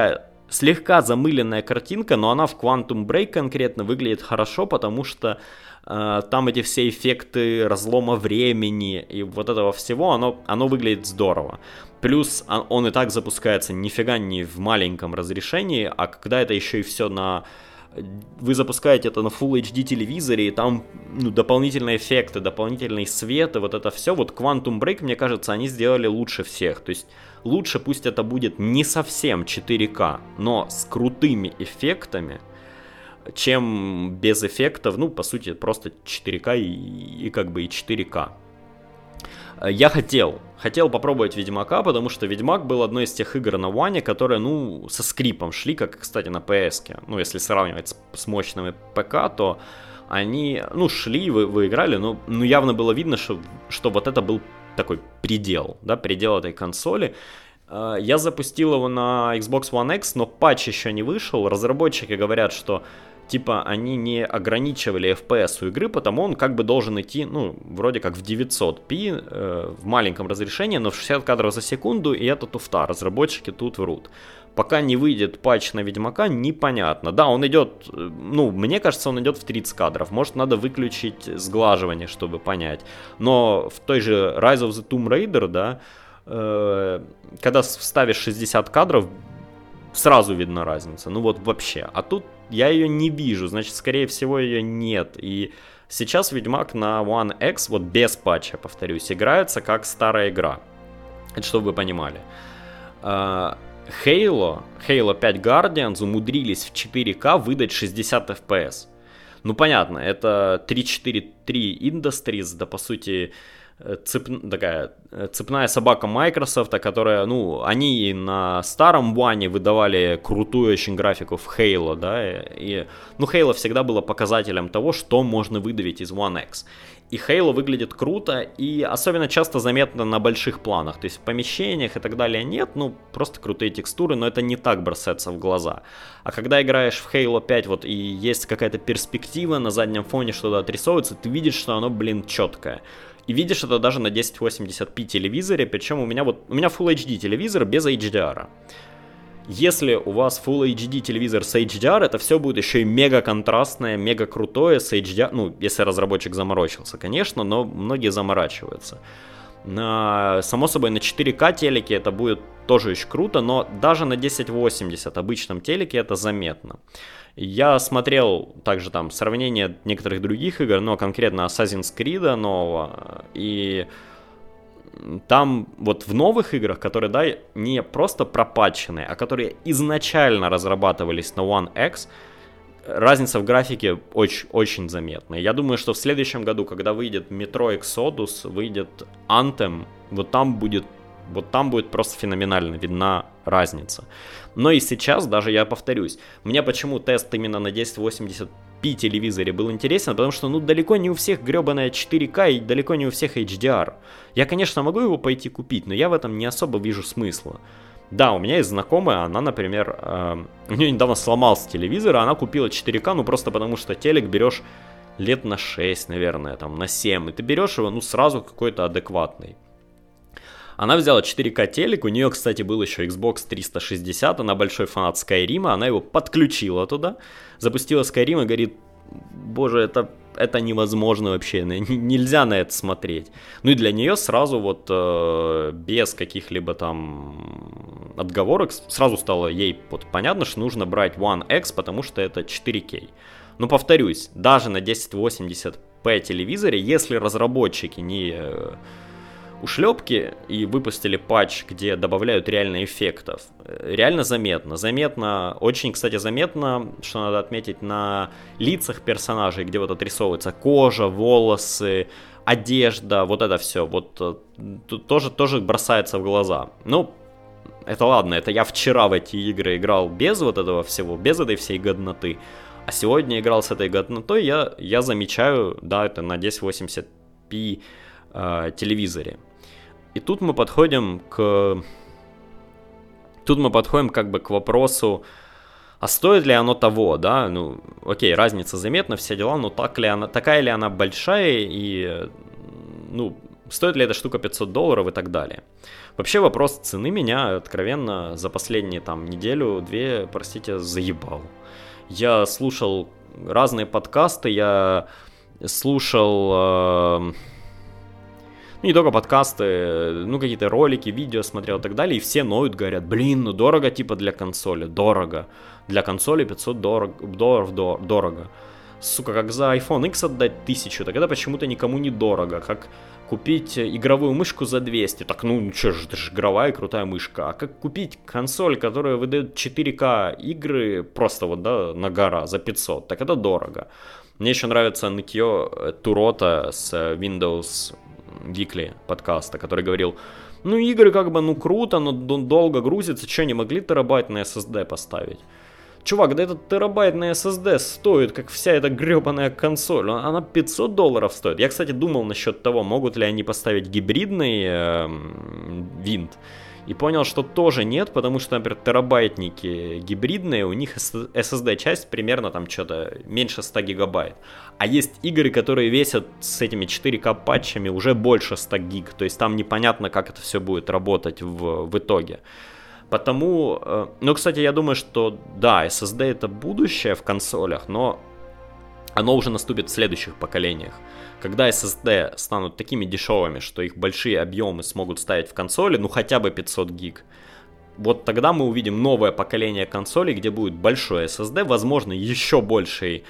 слегка замыленная картинка, но она в Quantum Break конкретно выглядит хорошо, потому что э, там эти все эффекты разлома времени и вот этого всего, оно, оно выглядит здорово. Плюс он и так запускается нифига не в маленьком разрешении, а когда это еще и все на... Вы запускаете это на Full эйч ди телевизоре, и там ну, дополнительные эффекты, дополнительный свет, и вот это все. Вот Quantum Break, мне кажется, они сделали лучше всех. То есть лучше пусть это будет не совсем четыре ка, но с крутыми эффектами, чем без эффектов, ну, по сути, просто четыре ка и, и как бы и четыре ка. Я хотел, хотел попробовать Ведьмака, потому что Ведьмак был одной из тех игр на One, которые, ну, со скрипом шли, как, кстати, на пи эс-ке. Ну, если сравнивать с, с мощными ПК, то они, ну, шли, вы, вы играли, но ну, явно было видно, что, что вот это был такой предел, да, предел этой консоли. Я запустил его на Xbox One X, но патч еще не вышел. Разработчики говорят, что типа они не ограничивали эф пи эс у игры, потому он как бы должен идти, ну, вроде как в девятьсот пи, э, в маленьком разрешении, но в шестьдесят кадров за секунду, и это туфта, разработчики тут врут. Пока не выйдет патч на Ведьмака, непонятно. Да, он идет, ну, мне кажется, он идет в тридцать кадров. Может, надо выключить сглаживание, чтобы понять. Но в той же Rise of the Tomb Raider, да, э, когда вставишь шестьдесят кадров, сразу видна разница. Ну вот вообще. А тут я ее не вижу, значит, скорее всего, ее нет. И сейчас Ведьмак на One X, вот без патча, повторюсь, играется как старая игра. Это чтобы вы понимали. Halo, Halo пять Guardians умудрились в четыре ка выдать шестьдесят эф пи эс. Ну, понятно, это три четыре три Industries, да, по сути, цеп... такая цепная собака Microsoft, которая, ну, они на старом One выдавали крутую очень графику в Halo, да, и, ну, Halo всегда было показателем того, что можно выдавить из One X. И Halo выглядит круто, и особенно часто заметно на больших планах, то есть в помещениях и так далее нет, ну, просто крутые текстуры, но это не так бросается в глаза. А когда играешь в Halo пять, вот, и есть какая-то перспектива, на заднем фоне что-то отрисовывается, ты видишь, что оно, блин, четкое. И видишь это даже на тысяча восемьдесят пи телевизоре, причем у меня вот, у меня Full эйч ди телевизор без эйч ди ар. Если у вас Full эйч ди телевизор с эйч ди ар, это все будет еще и мега контрастное, мега крутое с эйч ди ар. Ну, если разработчик заморочился, конечно, но многие заморачиваются. На, само собой, на четыре ка телеке это будет тоже очень круто, но даже на тысяча восемьдесят обычном телеке это заметно. Я смотрел также там сравнение некоторых других игр, но конкретно Assassin's Creed нового, и там вот в новых играх, которые, да, не просто пропатченные, а которые изначально разрабатывались на One X, разница в графике очень, очень заметная. Я думаю, что в следующем году, когда выйдет Metro Exodus, выйдет Anthem, вот там будет, вот там будет просто феноменально видна разница. Но и сейчас, даже я повторюсь, мне почему тест именно на тысяча восемьдесят пи телевизоре был интересен, потому что, ну, далеко не у всех гребаная четыре ка и далеко не у всех эйч ди ар. Я, конечно, могу его пойти купить, но я в этом не особо вижу смысла. Да, у меня есть знакомая, она, например, э, у нее недавно сломался телевизор, а она купила четыре ка, ну, просто потому что телек берешь лет на шесть, наверное, там, на семь, и ты берешь его, ну, сразу какой-то адекватный. Она взяла четыре ка телек, у нее, кстати, был еще Xbox триста шестьдесят, она большой фанат Skyrim, она его подключила туда, запустила Skyrim и говорит, боже, это, это невозможно вообще, нельзя на это смотреть. Ну и для нее сразу вот э, без каких-либо там отговорок сразу стало ей вот понятно, что нужно брать One X, потому что это четыре кей. Но повторюсь, даже на тысяча восемьдесят пи телевизоре, если разработчики не... Э, ушлепки и выпустили патч, где добавляют реально эффектов. Реально заметно. Заметно, очень, кстати, заметно, что надо отметить, на лицах персонажей, где вот отрисовывается кожа, волосы, одежда, вот это все. Вот тут тоже, тоже бросается в глаза. Ну, это ладно, это я вчера в эти игры играл без вот этого всего, без этой всей годноты. А сегодня играл с этой годнотой, я, я замечаю, да, это на тысяча восемьдесят пи э, телевизоре. И тут мы подходим к... Тут мы подходим как бы к вопросу, а стоит ли оно того, да? Ну, окей, разница заметна, все дела, но так ли она, такая ли она большая и, ну, стоит ли эта штука пятьсот долларов и так далее. Вообще вопрос цены меня откровенно за последние там неделю-две, простите, заебал. Я слушал разные подкасты, я слушал... Э, ну, не только подкасты, ну, какие-то ролики, видео смотрел и так далее, и все ноют, говорят, блин, ну, дорого, типа, для консоли, дорого. Для консоли пятьсот долларов дорого. Сука, как за iPhone X отдать тысячу, так это почему-то никому не дорого. Как купить игровую мышку за двести, так, ну, что ж, это же игровая крутая мышка. А как купить консоль, которая выдает четыре ка игры, просто вот, да, на гора, за пятьсот, так это дорого. Мне еще нравится нытье Турота с Windows Weekly подкаста, который говорил, ну, игры как бы, ну, круто, но долго грузится, что, не могли терабайт на эс эс ди поставить? Чувак, да этот терабайт на эс эс ди стоит, как вся эта гребаная консоль, она пятьсот долларов стоит. Я, кстати, думал насчет того, могут ли они поставить гибридный э, винт, и понял, что тоже нет, потому что, например, терабайтники гибридные, у них эс эс ди-часть примерно там что-то меньше ста гигабайт. А есть игры, которые весят с этими четыре ка патчами уже больше ста гиг, то есть там непонятно, как это все будет работать в, в итоге. Потому, э, ну, кстати, я думаю, что да, эс эс ди это будущее в консолях, но оно уже наступит в следующих поколениях. Когда эс эс ди станут такими дешевыми, что их большие объемы смогут ставить в консоли, ну хотя бы пятьсот гиг, вот тогда мы увидим новое поколение консолей, где будет большой эс эс ди, возможно, еще больший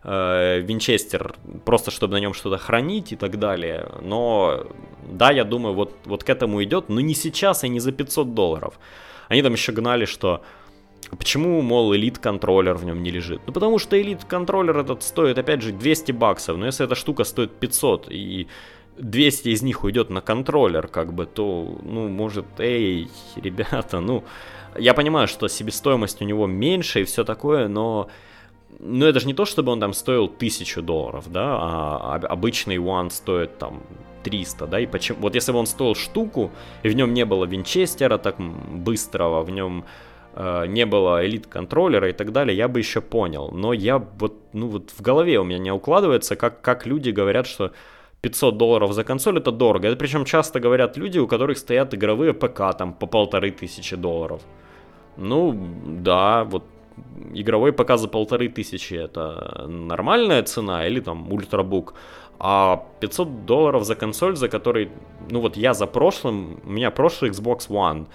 э, винчестер, просто чтобы на нем что-то хранить и так далее. Но да, я думаю, вот, вот к этому идет, но не сейчас и не за пятьсот долларов. Они там еще гнали, что... Почему, мол, элит-контроллер в нем не лежит? Ну, потому что элит-контроллер этот стоит, опять же, двести баксов. Но если эта штука стоит пятьсот, и двести из них уйдет на контроллер, как бы, то, ну, может, эй, ребята, ну... Я понимаю, что себестоимость у него меньше и все такое, но... Ну, это же не то, чтобы он там стоил тысячу долларов, да, а обычный One стоит там триста, да, и почему... Вот если бы он стоил штуку, и в нем не было винчестера так быстрого, в нем... не было элит-контроллера и так далее, я бы еще понял. Но я вот, ну вот в голове у меня не укладывается, как, как люди говорят, что пятьсот долларов за консоль это дорого. Это причем часто говорят люди, у которых стоят игровые ПК там по полторы тысячи долларов. Ну, да, вот игровой ПК за полторы тысячи это нормальная цена или там ультрабук. А пятьсот долларов за консоль, за который, ну вот я за прошлым, у меня прошлый Xbox One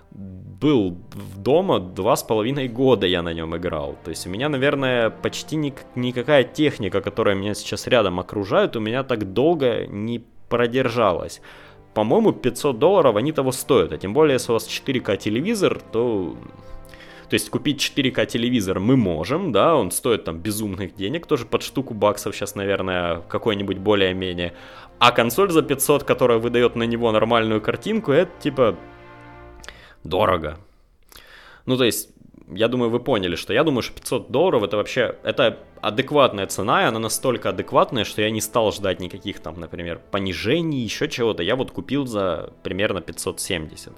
был дома два с половиной года, я на нем играл. То есть у меня, наверное, почти ник- никакая техника, которая меня сейчас рядом окружает, у меня так долго не продержалась. По-моему, пятьсот долларов они того стоят. А тем более, если у вас четыре ка телевизор, то... То есть купить четыре ка телевизор мы можем, да, он стоит там безумных денег, тоже под штуку баксов сейчас, наверное, какой-нибудь более-менее. А консоль за пятьсот, которая выдает на него нормальную картинку, это типа... дорого. Ну, то есть, я думаю, вы поняли, что я думаю, что пятьсот долларов это вообще, это адекватная цена, и она настолько адекватная, что я не стал ждать никаких там, например, понижений, еще чего-то. Я вот купил за примерно пятьсот семьдесят.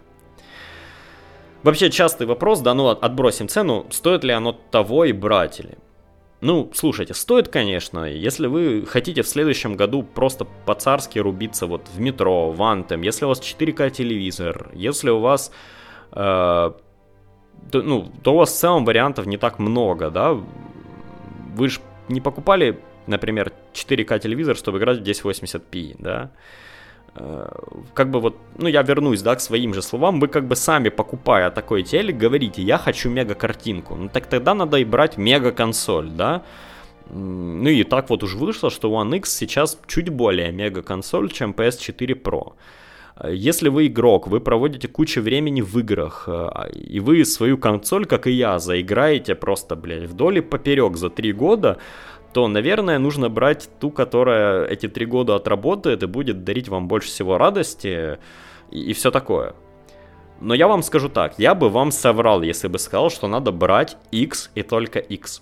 Вообще, частый вопрос, да, ну, отбросим цену, стоит ли оно того и брать ли? Ну, слушайте, стоит, конечно, если вы хотите в следующем году просто по-царски рубиться вот в метро, в Anthem, если у вас четыре ка телевизор, если у вас... Э, то, ну, то у вас в целом вариантов не так много, да? Вы же не покупали, например, четыре ка телевизор, чтобы играть в тысяча восемьдесят пи, да? Э, как бы вот, ну я вернусь, да, к своим же словам, вы как бы сами, покупая такой телек, говорите, я хочу мега-картинку. Ну так тогда надо и брать мега-консоль, да? Ну и так вот уж вышло, что One X сейчас чуть более мега-консоль, чем пи эс четыре Pro. Если вы игрок, вы проводите кучу времени в играх, и вы свою консоль, как и я, заиграете просто, блядь, вдоль и поперек за три года, то, наверное, нужно брать ту, которая эти три года отработает и будет дарить вам больше всего радости и, и все такое. Но я вам скажу так, я бы вам соврал, если бы сказал, что надо брать X и только X.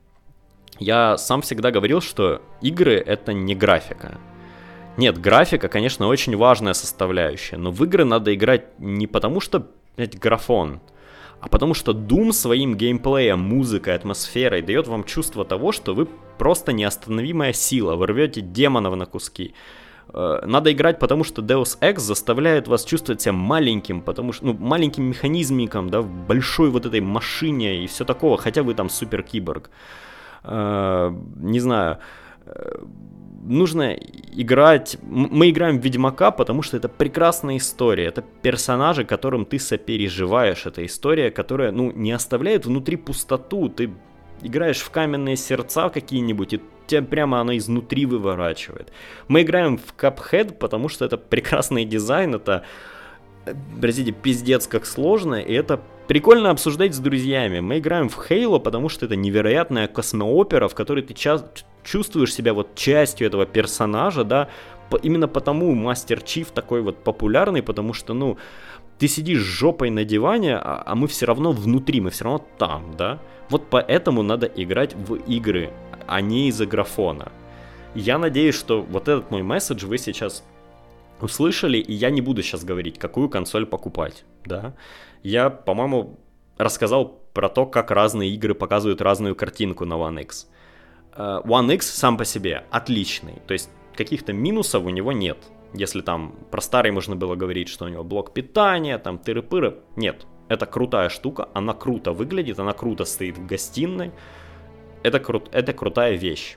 Я сам всегда говорил, что игры это не графика. Нет, графика, конечно, очень важная составляющая, но в игры надо играть не потому, что, блядь, графон, а потому что Doom своим геймплеем, музыкой, атмосферой дает вам чувство того, что вы просто неостановимая сила, вы рвете демонов на куски, Надо играть, потому что Deus Ex заставляет вас чувствовать себя маленьким, потому что, ну, маленьким механизмиком, да, в большой вот этой машине и все такого, хотя вы там супер-киборг. Не знаю, нужно играть... Мы играем в Ведьмака, потому что это прекрасная история, это персонажи, которым ты сопереживаешь, это история, которая, ну, не оставляет внутри пустоту, ты играешь в каменные сердца какие-нибудь, и тебя прямо оно изнутри выворачивает. Мы играем в Cuphead, потому что это прекрасный дизайн, это, простите, пиздец как сложно, и это прикольно обсуждать с друзьями. Мы играем в Halo, потому что это невероятная космоопера, в которой ты ча- чувствуешь себя вот частью этого персонажа, да, именно потому Master Chief такой вот популярный, потому что, ну, ты сидишь жопой на диване, а, а мы все равно внутри, мы все равно там, да. Вот поэтому надо играть в игры, а не из-за графона. Я надеюсь, что вот этот мой месседж вы сейчас услышали, и я не буду сейчас говорить, какую консоль покупать, да. Я, по-моему, рассказал про то, как разные игры показывают разную картинку на One X. One X сам по себе отличный, то есть каких-то минусов у него нет. Если там про старый можно было говорить, что у него блок питания, там тыры-пыры, нет. Это крутая штука, она круто выглядит, она круто стоит в гостиной. Это, кру- это крутая вещь.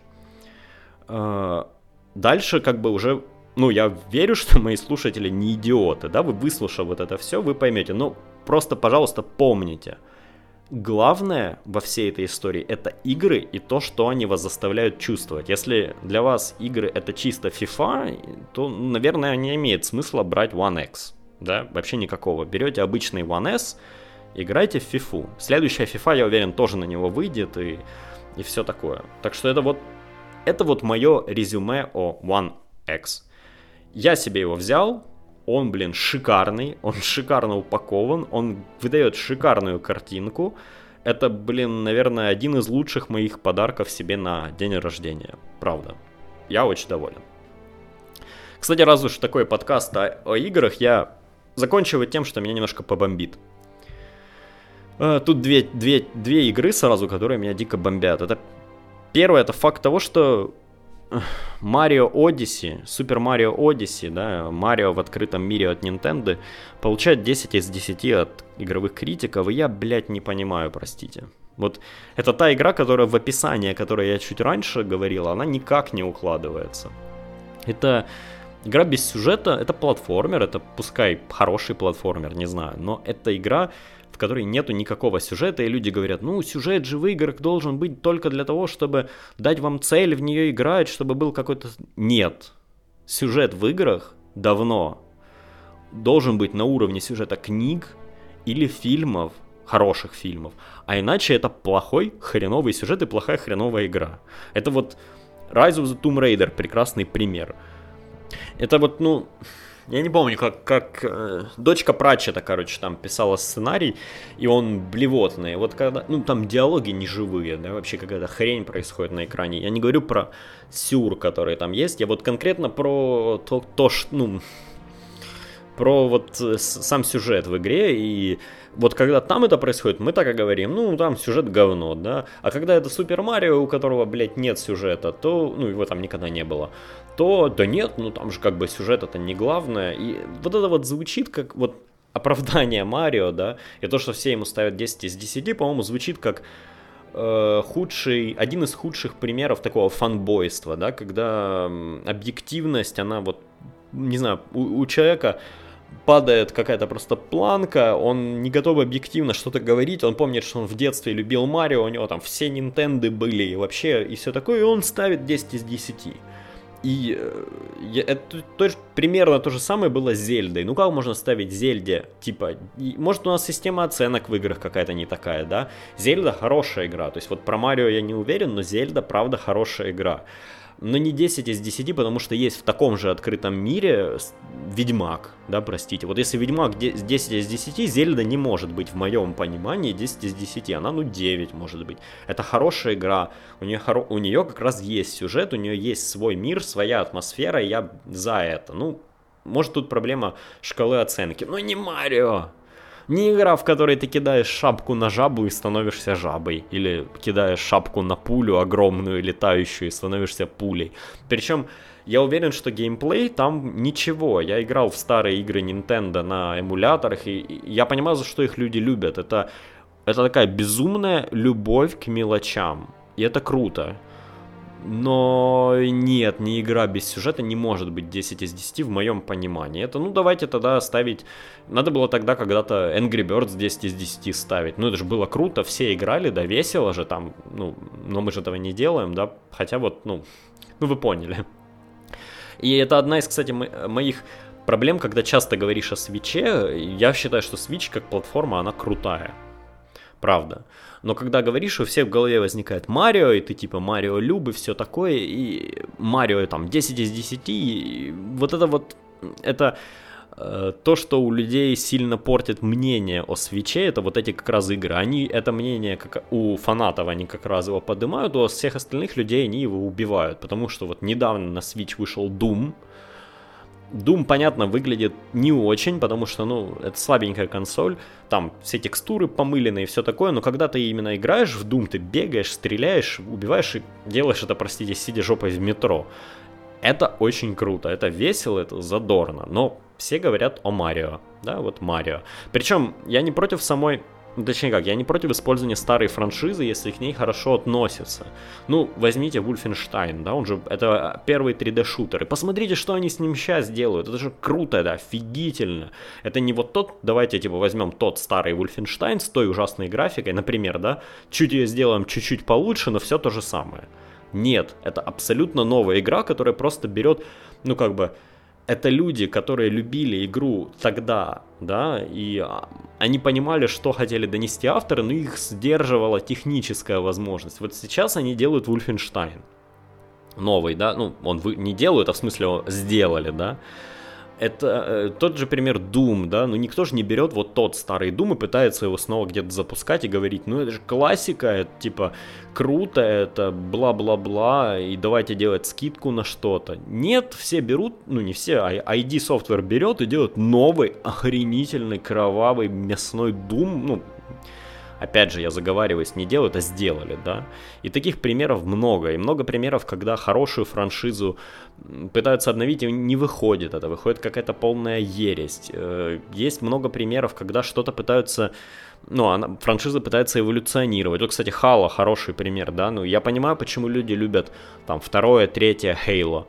Дальше как бы уже, ну, я верю, что мои слушатели не идиоты, да, вы выслушав вот это все, вы поймете. Но просто, пожалуйста, помните, главное во всей этой истории это игры и то, что они вас заставляют чувствовать. Если для вас игры это чисто FIFA, то, наверное, не имеет смысла брать One X. Да, вообще никакого. Берете обычный One S, играйте в FIFA. Следующая FIFA, я уверен, тоже на него выйдет и, и все такое. Так что это вот, это вот мое резюме о One X. Я себе его взял, он, блин, шикарный, он шикарно упакован, он выдает шикарную картинку. Это, блин, наверное, один из лучших моих подарков себе на день рождения. Правда. Я очень доволен. Кстати, раз уж такой подкаст о, о играх, я заканчиваю тем, что меня немножко побомбит. Тут две, две, две игры сразу, которые меня дико бомбят. Это первое, это факт того, что Mario Odyssey, Super Mario Odyssey, да, Марио в открытом мире от Nintendo, получает десять из десяти от игровых критиков, и я, блядь, не понимаю, простите. Вот это та игра, которая в описании, о которой я чуть раньше говорил, она никак не укладывается. Это игра без сюжета, это платформер, это пускай хороший платформер, не знаю, но это игра, в которой нету никакого сюжета, и люди говорят, ну, сюжет же в играх должен быть только для того, чтобы дать вам цель в нее играть, чтобы был какой-то... Нет. Сюжет в играх давно должен быть на уровне сюжета книг или фильмов, хороших фильмов, а иначе это плохой, хреновый сюжет и плохая, хреновая игра. Это вот Rise of the Tomb Raider, прекрасный пример. Это вот, ну... Я не помню, как, как э, дочка Пратчета, короче, там писала сценарий, и он блевотный. Вот когда, ну, там диалоги неживые, да, вообще какая-то хрень происходит на экране. Я не говорю про сюр, который там есть, я вот конкретно про то, то что, ну, про вот сам сюжет в игре, и вот когда там это происходит, мы так и говорим, ну, там сюжет говно, да, а когда это Супер Марио, у которого, блядь, нет сюжета, то, ну, его там никогда не было, то, да нет, ну, там же как бы сюжет это не главное, и вот это вот звучит как вот оправдание Марио, да, и то, что все ему ставят десять из десяти, по-моему, звучит как э, худший, один из худших примеров такого фанбойства, да, когда э, объективность, она вот, не знаю, у, у человека падает какая-то просто планка, он не готов объективно что-то говорить, он помнит, что он в детстве любил Марио, у него там все Нинтенды были и вообще, и все такое, и он ставит десять из десяти. И э, это тоже, примерно то же самое было с Зельдой. Ну как можно ставить Зельде, типа, и, может у нас система оценок в играх какая-то не такая, да? Зельда хорошая игра, то есть вот про Марио я не уверен, но Зельда правда хорошая игра. Но не десять из десяти, потому что есть в таком же открытом мире Ведьмак, да, простите. Вот если Ведьмак десять из десяти, Зельда не может быть в моем понимании десять из десяти, она ну девять может быть. Это хорошая игра, у нее, хоро... у нее как раз есть сюжет, у нее есть свой мир, своя атмосфера, и я за это. Ну, может тут проблема шкалы оценки, но не Марио. Не игра, в которой ты кидаешь шапку на жабу и становишься жабой. Или кидаешь шапку на пулю огромную, летающую, и становишься пулей. Причем я уверен, что геймплей там ничего. Я играл в старые игры Nintendo на эмуляторах, и я понимаю, за что их люди любят. Это, это такая безумная любовь к мелочам. И это круто. Но нет, не игра без сюжета не может быть десять из десяти в моем понимании. Это, ну, давайте тогда ставить... Надо было тогда когда-то Angry Birds десять из десяти ставить. Ну, это же было круто, все играли, да, весело же там. Ну, но мы же этого не делаем, да. Хотя вот, ну, ну вы поняли. И это одна из, кстати, мо- моих проблем, когда часто говоришь о Switch'е. Я считаю, что Switch как платформа, она крутая. Правда. Но когда говоришь, у всех в голове возникает Марио, и ты типа Марио люб и все такое, и Марио там десять из десяти, и вот это вот, это э, то, что у людей сильно портит мнение о Свитче, это вот эти как раз игры. Они это мнение как у фанатов, они как раз его поднимают, а у всех остальных людей они его убивают, потому что вот недавно на Switch вышел Doom. Doom, понятно, выглядит не очень, потому что, ну, это слабенькая консоль, там все текстуры помыленные и все такое, но когда ты именно играешь в Doom, ты бегаешь, стреляешь, убиваешь и делаешь это, простите, сидя жопой в метро. Это очень круто, это весело, это задорно, но все говорят о Марио, да, вот Марио. Причем я не против самой... Точнее как, я не против использования старой франшизы, если к ней хорошо относятся. Ну, возьмите Wolfenstein, да, он же, это первый три дэ-шутер, и посмотрите, что они с ним сейчас делают, это же круто, это офигительно. Это не вот тот, давайте, типа, возьмем тот старый Wolfenstein с той ужасной графикой, например, да, чуть ее сделаем чуть-чуть получше, но все то же самое. Нет, это абсолютно новая игра, которая просто берет, ну, как бы... Это люди, которые любили игру тогда, да, и они понимали, что хотели донести авторы, но их сдерживала техническая возможность. Вот сейчас они делают Wolfenstein новый, да, ну, он вы, не делают, а в смысле сделали, да. Это э, тот же пример Doom, да, ну никто же не берет вот тот старый Doom и пытается его снова где-то запускать и говорить, ну это же классика, это типа круто, это бла-бла-бла, и давайте делать скидку на что-то. Нет, все берут, ну не все, а ай ди Software берет и делает новый, охренительный, кровавый, мясной Doom, ну... Опять же, я заговариваюсь, не делают, а сделали, да. И таких примеров много. И много примеров, когда хорошую франшизу пытаются обновить, и не выходит это. Выходит какая-то полная ересь. Есть много примеров, когда что-то пытаются... Ну, она, франшиза пытается эволюционировать. Вот, кстати, Halo хороший пример, да. Ну, я понимаю, почему люди любят там второе, третье Halo.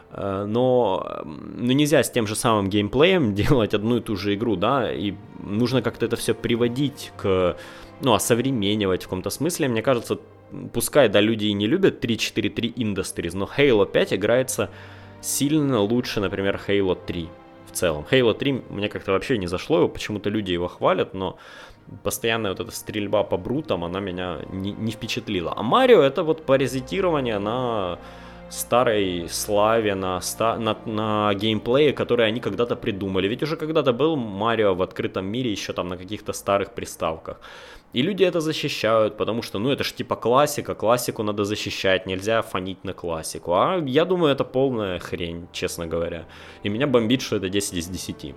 Но, но нельзя с тем же самым геймплеем делать одну и ту же игру, да, и нужно как-то это все приводить к, ну, осовременивать в каком-то смысле. Мне кажется, пускай, да, люди и не любят три четыре три Industries, но Halo пять играется сильно лучше, например, Halo три в целом. Halo три мне как-то вообще не зашло, почему-то люди его хвалят, но постоянная вот эта стрельба по брутам, она меня не, не впечатлила. А Марио это вот паразитирование на... старой славе, на, на, на геймплее, который они когда-то придумали. Ведь уже когда-то был Марио в открытом мире, еще там на каких-то старых приставках. И люди это защищают, потому что, ну, это ж типа классика, классику надо защищать, нельзя фанить на классику. А я думаю, это полная хрень, честно говоря. И меня бомбит, что это десять из десяти.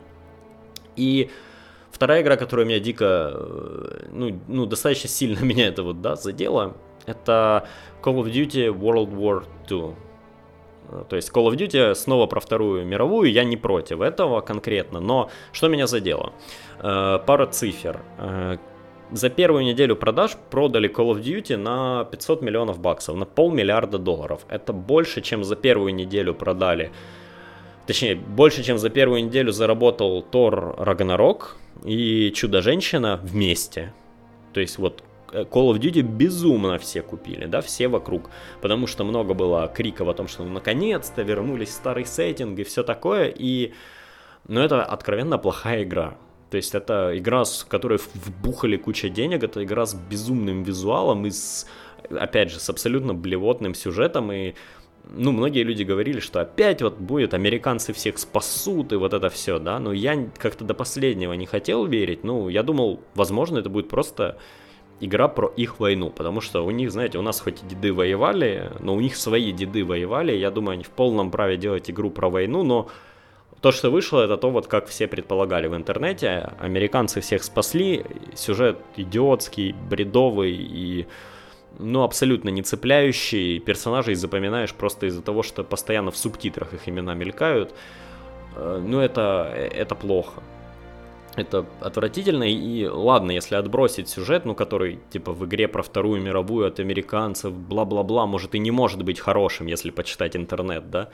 И вторая игра, которая меня дико, ну, ну достаточно сильно меня это вот, да, задела, это Call of Duty World War два. То есть Call of Duty снова про Вторую мировую, я не против этого конкретно, но что меня задело? Э, пара цифр. Э, за первую неделю продаж продали Call of Duty на пятьсот миллионов баксов, на полмиллиарда долларов. Это больше, чем за первую неделю продали, точнее, больше, чем за первую неделю заработал Тор Рагнарок и Чудо-женщина вместе. То есть вот Call of Duty безумно все купили, да, все вокруг, потому что много было криков о том, что ну, наконец-то вернулись старый сеттинг и все такое, и, ну, это откровенно плохая игра. То есть это игра, в которой вбухали куча денег, это игра с безумным визуалом и с, опять же, с абсолютно блевотным сюжетом, и, ну, многие люди говорили, что опять вот будет, американцы всех спасут, и вот это все, да, но я как-то до последнего не хотел верить, ну, я думал, возможно, это будет просто... игра про их войну, потому что у них, знаете, у нас хоть и деды воевали, но у них свои деды воевали, я думаю, они в полном праве делать игру про войну, но То, что вышло, это то, вот как все предполагали в интернете. Американцы всех спасли, сюжет идиотский, бредовый и, ну, абсолютно не цепляющий. Персонажей запоминаешь просто из-за того, что постоянно в субтитрах их имена мелькают. Ну, это, это плохо. Это отвратительно, и ладно, если отбросить сюжет, ну, который, типа, в игре про Вторую мировую от американцев, бла-бла-бла, может и не может быть хорошим, если почитать интернет, да,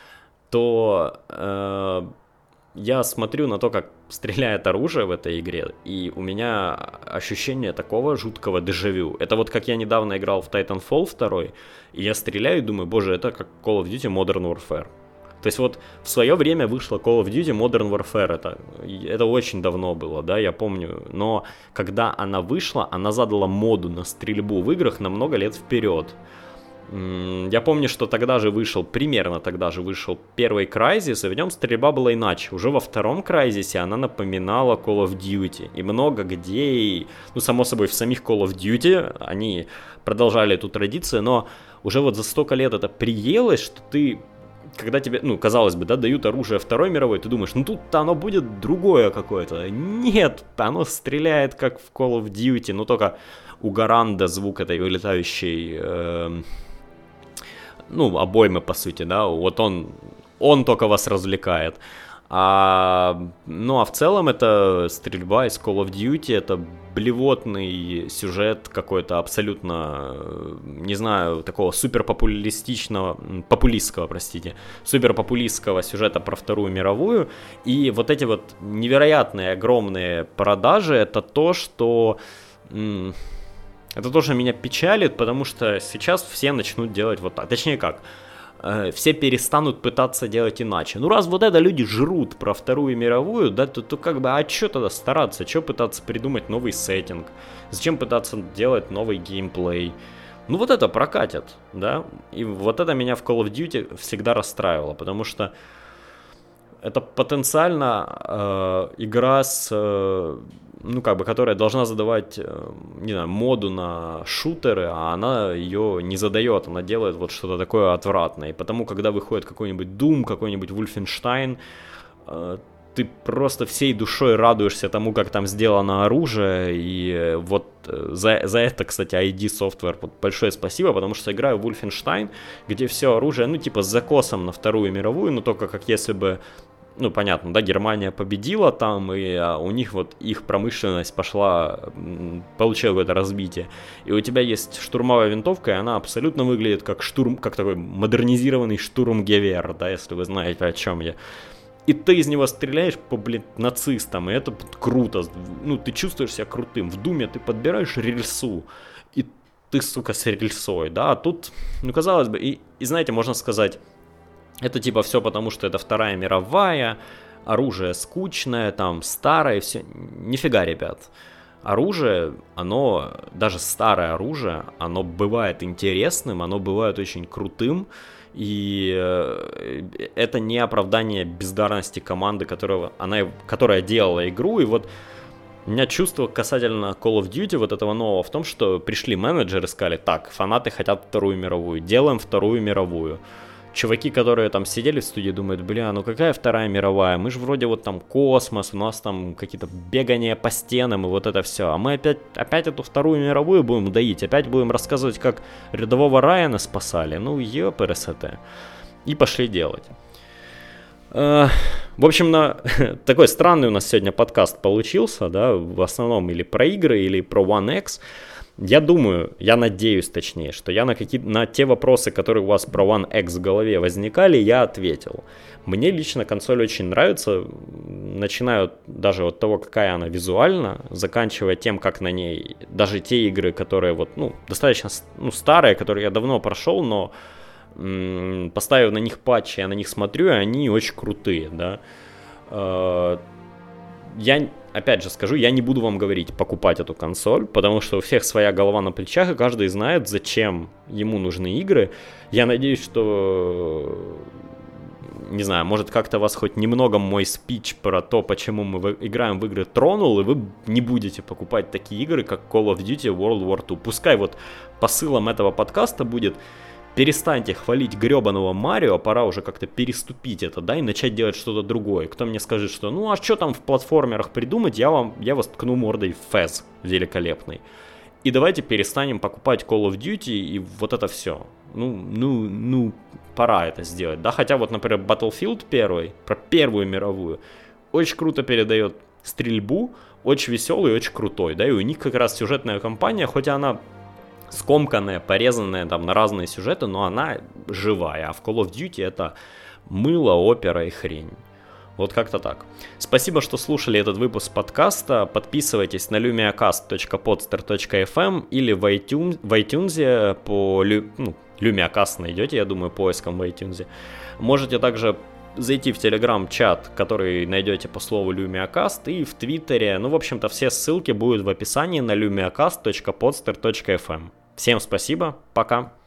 то э, я смотрю на то, как стреляет оружие в этой игре, и у меня ощущение такого жуткого дежавю. Это вот как я недавно играл в Titanfall два, и я стреляю и думаю, боже, это как Call of Duty Modern Warfare. То есть вот в свое время вышла Call of Duty Modern Warfare, это, это очень давно было, да, я помню, но когда она вышла, она задала моду на стрельбу в играх на много лет вперед. Я помню, что тогда же вышел, примерно тогда же вышел первый Crysis, и в нем стрельба была иначе. Уже во втором Crysis она напоминала Call of Duty, и много где, ну, само собой, в самих Call of Duty они продолжали эту традицию, но уже вот за столько лет это приелось, что ты... Когда тебе, ну, казалось бы, да, дают оружие Второй мировой, ты думаешь, ну тут-то оно будет другое какое-то. Нет, оно стреляет как в Call of Duty, но только у Гаранда звук этой вылетающей, э, ну, обоймы, по сути, да, вот он, он только вас развлекает. А, ну, а в целом это стрельба из Call of Duty, это блевотный сюжет какой-то абсолютно, не знаю, такого суперпопулистичного, популистского, простите, суперпопулистского сюжета про Вторую мировую. И вот эти вот невероятные, огромные продажи, это то, что... Это тоже меня печалит, потому что сейчас все начнут делать вот так. Точнее как, все перестанут пытаться делать иначе. Ну, раз вот это люди жрут про Вторую мировую, да, то, то как бы, а что тогда стараться? Что пытаться придумать новый сеттинг? Зачем пытаться делать новый геймплей? Ну, вот это прокатит, да? И вот это меня в Call of Duty всегда расстраивало, потому что это потенциально э, игра с... Э, ну, как бы, которая должна задавать, не знаю, моду на шутеры, а она ее не задает, она делает вот что-то такое отвратное. И потому, когда выходит какой-нибудь Doom, какой-нибудь Wolfenstein, ты просто всей душой радуешься тому, как там сделано оружие, и вот за, за это, кстати, ай ди Software вот большое спасибо, потому что играю в Wolfenstein, где все оружие, ну, типа, с закосом на Вторую мировую, но только как если бы... Ну, понятно, да, Германия победила там, и а, у них вот их промышленность пошла, получила какое-то разбитие. И у тебя есть штурмовая винтовка, и она абсолютно выглядит как штурм, как такой модернизированный штурмгевер, да, если вы знаете, о чем я. И ты из него стреляешь по, блин, нацистам, и это круто. Ну, ты чувствуешь себя крутым. В Думе ты подбираешь рельсу, и ты, сука, с рельсой, да, а тут, ну, казалось бы, и, и знаете, можно сказать... Это типа все потому, что это Вторая мировая, оружие скучное, там старое, все. Нифига, ребят. Оружие, оно, даже старое оружие, оно бывает интересным, оно бывает очень крутым. И это не оправдание бездарности команды, которая, она, которая делала игру. И вот у меня чувство касательно Call of Duty вот этого нового в том, что пришли менеджеры и сказали, так, фанаты хотят Вторую мировую, делаем Вторую мировую. Чуваки, которые там сидели в студии, думают, бля, ну какая Вторая мировая? Мы же вроде вот там космос, у нас там какие-то бегания по стенам и вот это все. А мы опять, опять эту Вторую мировую будем доить, опять будем рассказывать, как рядового Райана спасали. Ну, ЕПРСТ. И пошли делать. В общем, на... такой странный у нас сегодня подкаст получился, да, в основном или про игры, или про One X. Я думаю, я надеюсь точнее, что я на, какие, на те вопросы, которые у вас про One X в голове возникали, я ответил. Мне лично консоль очень нравится, начиная даже от того, какая она визуально, заканчивая тем, как на ней, даже те игры, которые вот, ну, достаточно ну, старые, которые я давно прошел, но м- поставив на них патчи, я на них смотрю, и они очень крутые, да. Я, опять же скажу, я не буду вам говорить покупать эту консоль, потому что у всех своя голова на плечах, и каждый знает, зачем ему нужны игры. Я надеюсь, что, не знаю, может как-то вас хоть немного мой спич про то, почему мы играем в игры, тронул, и вы не будете покупать такие игры, как Call of Duty World War Two. Пускай вот посылом этого подкаста будет перестаньте хвалить гребаного Марио, пора уже как-то переступить это, да, и начать делать что-то другое. Кто мне скажет, что ну а что там в платформерах придумать, я вам, я вас ткну мордой в Фэз великолепный. И давайте перестанем покупать Call of Duty и вот это все. Ну, ну, ну, пора это сделать, да, хотя вот, например, Battlefield первый, про Первую мировую, очень круто передает стрельбу, очень веселый, очень крутой, да, и у них как раз сюжетная кампания, хоть она скомканная, порезанная там на разные сюжеты, но она живая, а в Call of Duty это мыло, опера и хрень. Вот как-то так. Спасибо, что слушали этот выпуск подкаста. Подписывайтесь на lumiacast точка podster точка эф эм или в iTunes, в iTunes по ну, Lumiacast найдете, я думаю, поиском в iTunes. Можете также зайти в Telegram-чат, который найдете по слову Lumiacast, и в Твиттере. Ну, в общем-то, все ссылки будут в описании на lumiacast точка podster точка эф эм. Всем спасибо, пока.